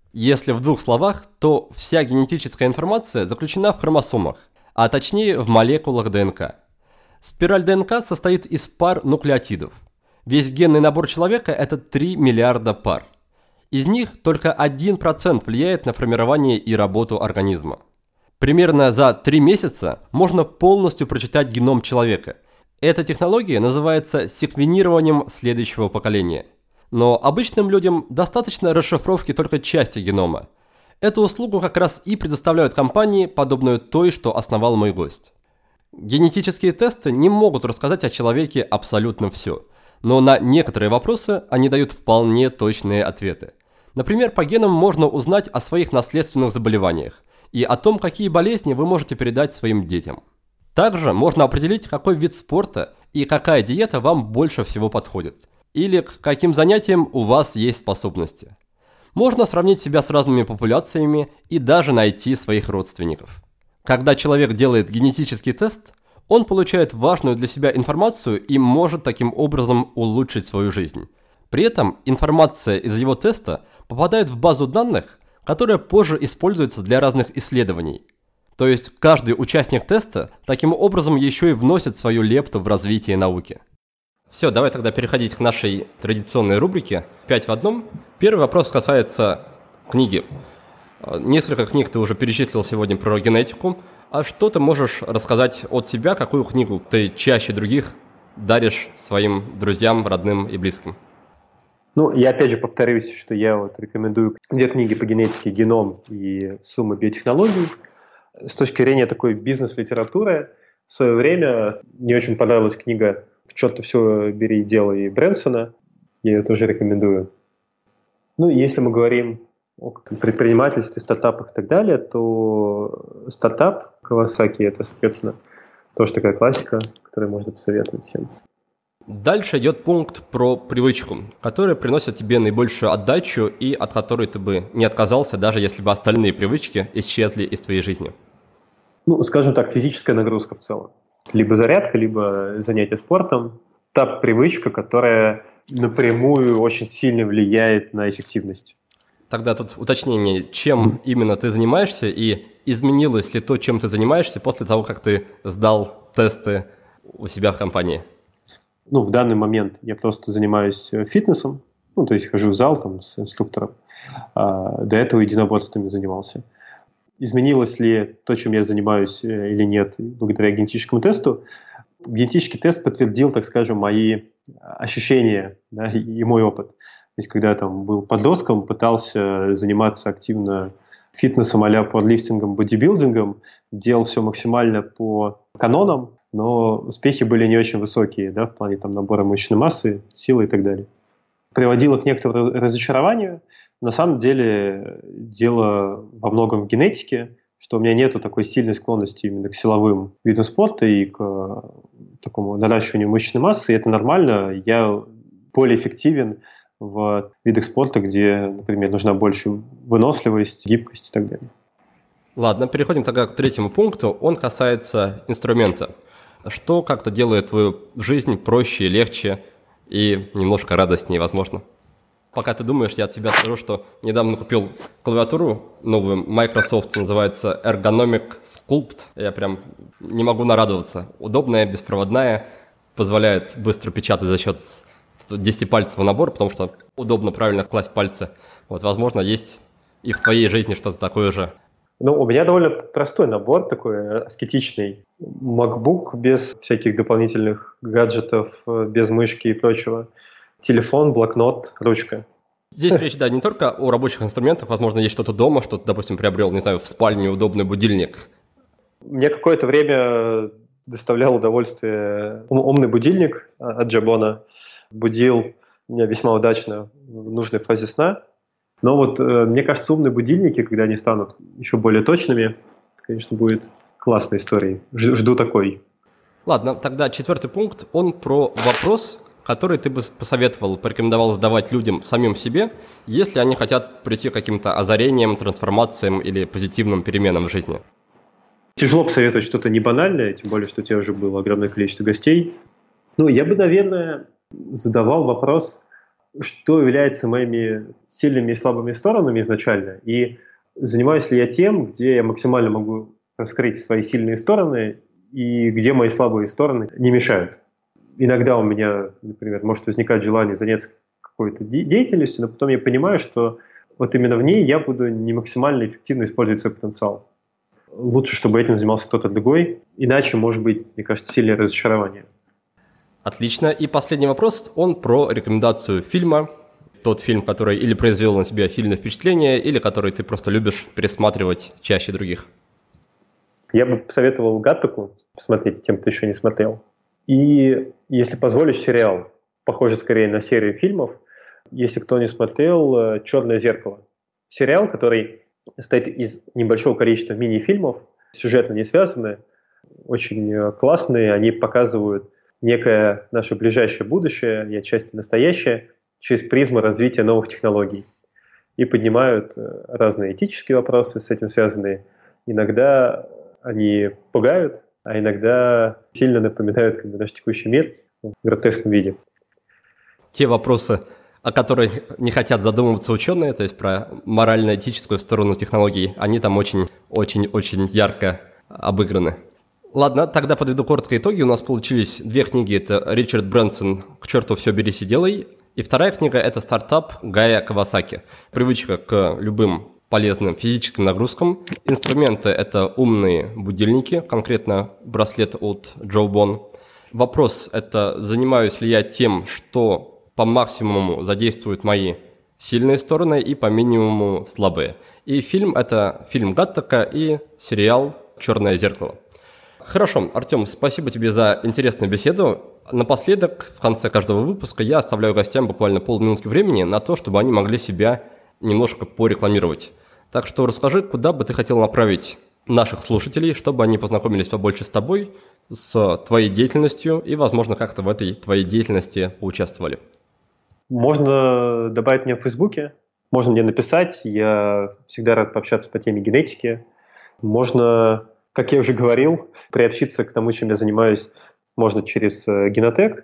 Если в двух словах, то вся генетическая информация заключена в хромосомах, а точнее в молекулах ДНК. Спираль ДНК состоит из пар нуклеотидов. Весь генный набор человека – это три миллиарда пар. Из них только один процент влияет на формирование и работу организма. Примерно за три месяца можно полностью прочитать геном человека. Эта технология называется секвенированием следующего поколения. Но обычным людям достаточно расшифровки только части генома. Эту услугу как раз и предоставляют компании, подобную той, что основал мой гость. Генетические тесты не могут рассказать о человеке абсолютно все, но на некоторые вопросы они дают вполне точные ответы. Например, по генам можно узнать о своих наследственных заболеваниях и о том, какие болезни вы можете передать своим детям. Также можно определить, какой вид спорта и какая диета вам больше всего подходит, или к каким занятиям у вас есть способности. Можно сравнить себя с разными популяциями и даже найти своих родственников. Когда человек делает генетический тест, он получает важную для себя информацию и может таким образом улучшить свою жизнь. При этом информация из его теста попадает в базу данных, которая позже используется для разных исследований. То есть каждый участник теста таким образом еще и вносит свою лепту в развитие науки. Все, давай тогда переходить к нашей традиционной рубрике «пять в одном». Первый вопрос касается книги. Несколько книг ты уже перечислил сегодня про генетику. А что ты можешь рассказать от себя, какую книгу ты чаще других даришь своим друзьям, родным и близким? Ну, я опять же повторюсь, что я вот рекомендую две книги по генетике «Геном» и «Сумма биотехнологий». С точки зрения такой бизнес-литературы, в свое время мне очень понравилась книга «К черту все бери и делай» Брэнсона. Я ее тоже рекомендую. Ну, если мы говорим о предпринимательстве, стартапах и так далее, то стартап Kawasaki – это, соответственно, тоже такая классика, которую можно посоветовать всем. Дальше идет пункт про привычку, которая приносит тебе наибольшую отдачу и от которой ты бы не отказался, даже если бы остальные привычки исчезли из твоей жизни. Ну, скажем так, физическая нагрузка в целом. Либо зарядка, либо занятие спортом. Та привычка, которая напрямую очень сильно влияет на эффективность. Тогда тут уточнение, чем именно ты занимаешься и изменилось ли то, чем ты занимаешься после того, как ты сдал тесты у себя в компании? Ну, в данный момент я просто занимаюсь фитнесом, ну, то есть хожу в зал там с инструктором. А, до этого единоборствами занимался. Изменилось ли то, чем я занимаюсь или нет, благодаря генетическому тесту? Генетический тест подтвердил, так скажем, мои ощущения, да, и мой опыт. То есть, когда я там был подростком, пытался заниматься активно фитнесом а-ля пауэрлифтингом, бодибилдингом, делал все максимально по канонам, но успехи были не очень высокие, да, в плане там, набора мышечной массы, силы и так далее. Приводило к некоторому разочарованию. На самом деле дело во многом в генетике, что у меня нету такой сильной склонности именно к силовым видам спорта и к такому наращиванию мышечной массы, и это нормально. Я более эффективен в видах спорта, где, например, нужна больше выносливость, гибкость и так далее. Ладно, переходим тогда к третьему пункту. Он касается инструмента. Что как-то делает твою жизнь проще, легче и немножко радостнее, возможно? Пока ты думаешь, я от тебя скажу, что недавно купил клавиатуру новую, Microsoft, называется Ergonomic Sculpt. Я прям не могу нарадоваться. Удобная, беспроводная, позволяет быстро печатать за счет десятипальцевого набора, потому что удобно правильно класть пальцы. Вот, возможно, есть и в твоей жизни что-то такое же. Ну, у меня довольно простой набор, такой аскетичный. MacBook без всяких дополнительных гаджетов, без мышки и прочего. Телефон, блокнот, ручка. Здесь речь, да, не только о рабочих инструментах. Возможно, есть что-то дома, что ты, допустим, приобрел, не знаю, в спальне удобный будильник. Мне какое-то время доставлял удовольствие умный будильник от Джабона. Будил меня весьма удачно в нужной фазе сна. Но вот мне кажется, умные будильники, когда они станут еще более точными, конечно, будет классной историей. Жду такой. Ладно, тогда четвертый пункт, он про вопрос, который ты бы посоветовал, порекомендовал задавать людям самим себе, если они хотят прийти к каким-то озарениям, трансформациям или позитивным переменам в жизни. Тяжело посоветовать что-то не банальное, тем более, что у тебя уже было огромное количество гостей. Ну, я бы, наверное, задавал вопрос, что является моими сильными и слабыми сторонами изначально, и занимаюсь ли я тем, где я максимально могу раскрыть свои сильные стороны и где мои слабые стороны не мешают. Иногда у меня, например, может возникать желание заняться какой-то де- деятельностью, но потом я понимаю, что вот именно в ней я буду не максимально эффективно использовать свой потенциал. Лучше, чтобы этим занимался кто-то другой, иначе может быть, мне кажется, сильное разочарование. Отлично. И последний вопрос, он про рекомендацию фильма. Тот фильм, который или произвел на тебя сильное впечатление, или который ты просто любишь пересматривать чаще других. Я бы посоветовал «Гаттаку» посмотреть тем, кто еще не смотрел. И, если позволишь, сериал, похожий скорее на серию фильмов. Если кто не смотрел, «Черное зеркало». Сериал, который состоит из небольшого количества мини-фильмов, сюжетно не связаны, очень классные, они показывают некое наше ближайшее будущее и отчасти настоящее через призму развития новых технологий. И поднимают разные этические вопросы с этим связанные. Иногда они пугают, а иногда сильно напоминают как бы, наш текущий мир в гротескном виде. Те вопросы, о которых не хотят задумываться ученые, то есть про морально-этическую сторону технологий, они там очень-очень-очень ярко обыграны. Ладно, тогда подведу короткие итоги. У нас получились две книги. Это Ричард Брэнсон «К черту все берись и делай». И вторая книга – это «Стартап» Гая Кавасаки. Привычка к любым полезным физическим нагрузкам. Инструменты – это умные будильники, конкретно браслет от Джо Бон. Вопрос – это занимаюсь ли я тем, что по максимуму задействует мои сильные стороны и по минимуму слабые. И фильм – это фильм Гаттака и сериал «Черное зеркало». Хорошо, Артем, спасибо тебе за интересную беседу. Напоследок, в конце каждого выпуска я оставляю гостям буквально полминутки времени на то, чтобы они могли себя немножко порекламировать. Так что расскажи, куда бы ты хотел направить наших слушателей, чтобы они познакомились побольше с тобой, с твоей деятельностью и, возможно, как-то в этой твоей деятельности поучаствовали. Можно добавить меня в Фейсбуке, можно мне написать, я всегда рад пообщаться по теме генетики. Можно, как я уже говорил, приобщиться к тому, чем я занимаюсь, можно через Генотек,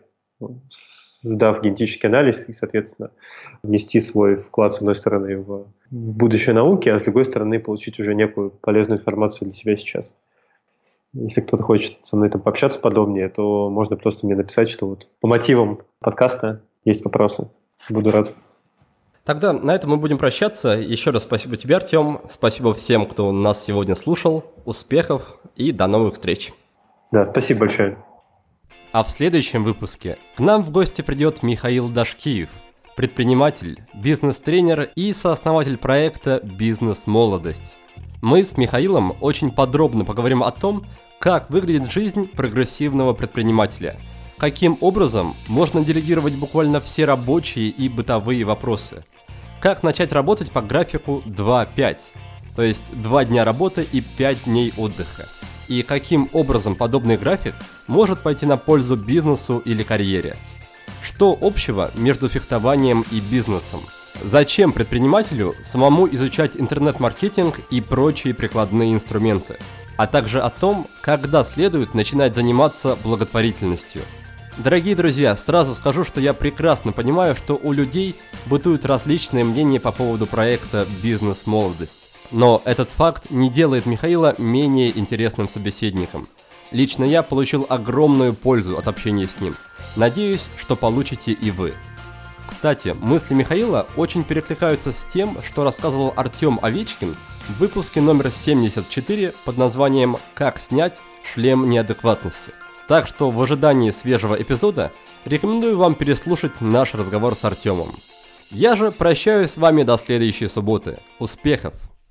сдав генетический анализ и, соответственно, внести свой вклад, с одной стороны, в будущее науки, а с другой стороны, получить уже некую полезную информацию для себя сейчас. Если кто-то хочет со мной там пообщаться подробнее, то можно просто мне написать, что вот по мотивам подкаста есть вопросы. Буду рад. Тогда на этом мы будем прощаться. Еще раз спасибо тебе, Артем. Спасибо всем, кто нас сегодня слушал. Успехов и до новых встреч. Да, спасибо большое. А в следующем выпуске к нам в гости придет Михаил Дашкиев, предприниматель, бизнес-тренер и сооснователь проекта «Бизнес-молодость». Мы с Михаилом очень подробно поговорим о том, как выглядит жизнь прогрессивного предпринимателя, каким образом можно делегировать буквально все рабочие и бытовые вопросы, как начать работать по графику два пять, то есть два дня работы и пять дней отдыха, и каким образом подобный график может пойти на пользу бизнесу или карьере. Что общего между фехтованием и бизнесом? Зачем предпринимателю самому изучать интернет-маркетинг и прочие прикладные инструменты? А также о том, когда следует начинать заниматься благотворительностью. Дорогие друзья, сразу скажу, что я прекрасно понимаю, что у людей бытуют различные мнения по поводу проекта «Бизнес-молодость». Но этот факт не делает Михаила менее интересным собеседником. Лично я получил огромную пользу от общения с ним. Надеюсь, что получите и вы. Кстати, мысли Михаила очень перекликаются с тем, что рассказывал Артем Овечкин в выпуске номер семьдесят четыре под названием «Как снять шлем неадекватности». Так что в ожидании свежего эпизода рекомендую вам переслушать наш разговор с Артемом. Я же прощаюсь с вами до следующей субботы. Успехов!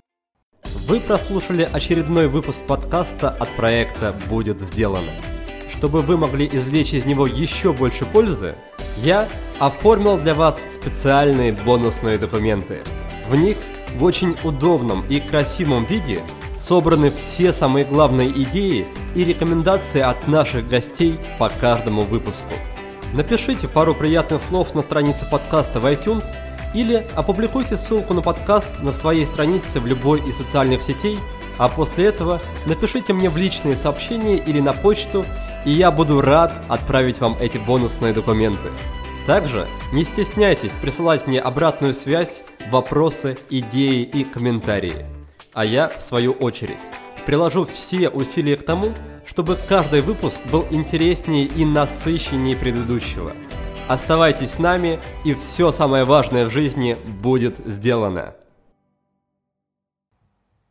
Вы прослушали очередной выпуск подкаста от проекта «Будет сделано». Чтобы вы могли извлечь из него еще больше пользы, я оформил для вас специальные бонусные документы. В них в очень удобном и красивом виде собраны все самые главные идеи и рекомендации от наших гостей по каждому выпуску. Напишите пару приятных слов на странице подкаста в iTunes или опубликуйте ссылку на подкаст на своей странице в любой из социальных сетей, а после этого напишите мне в личные сообщения или на почту, и я буду рад отправить вам эти бонусные документы. Также не стесняйтесь присылать мне обратную связь, вопросы, идеи и комментарии. А я, в свою очередь, приложу все усилия к тому, чтобы каждый выпуск был интереснее и насыщеннее предыдущего. Оставайтесь с нами, и все самое важное в жизни будет сделано.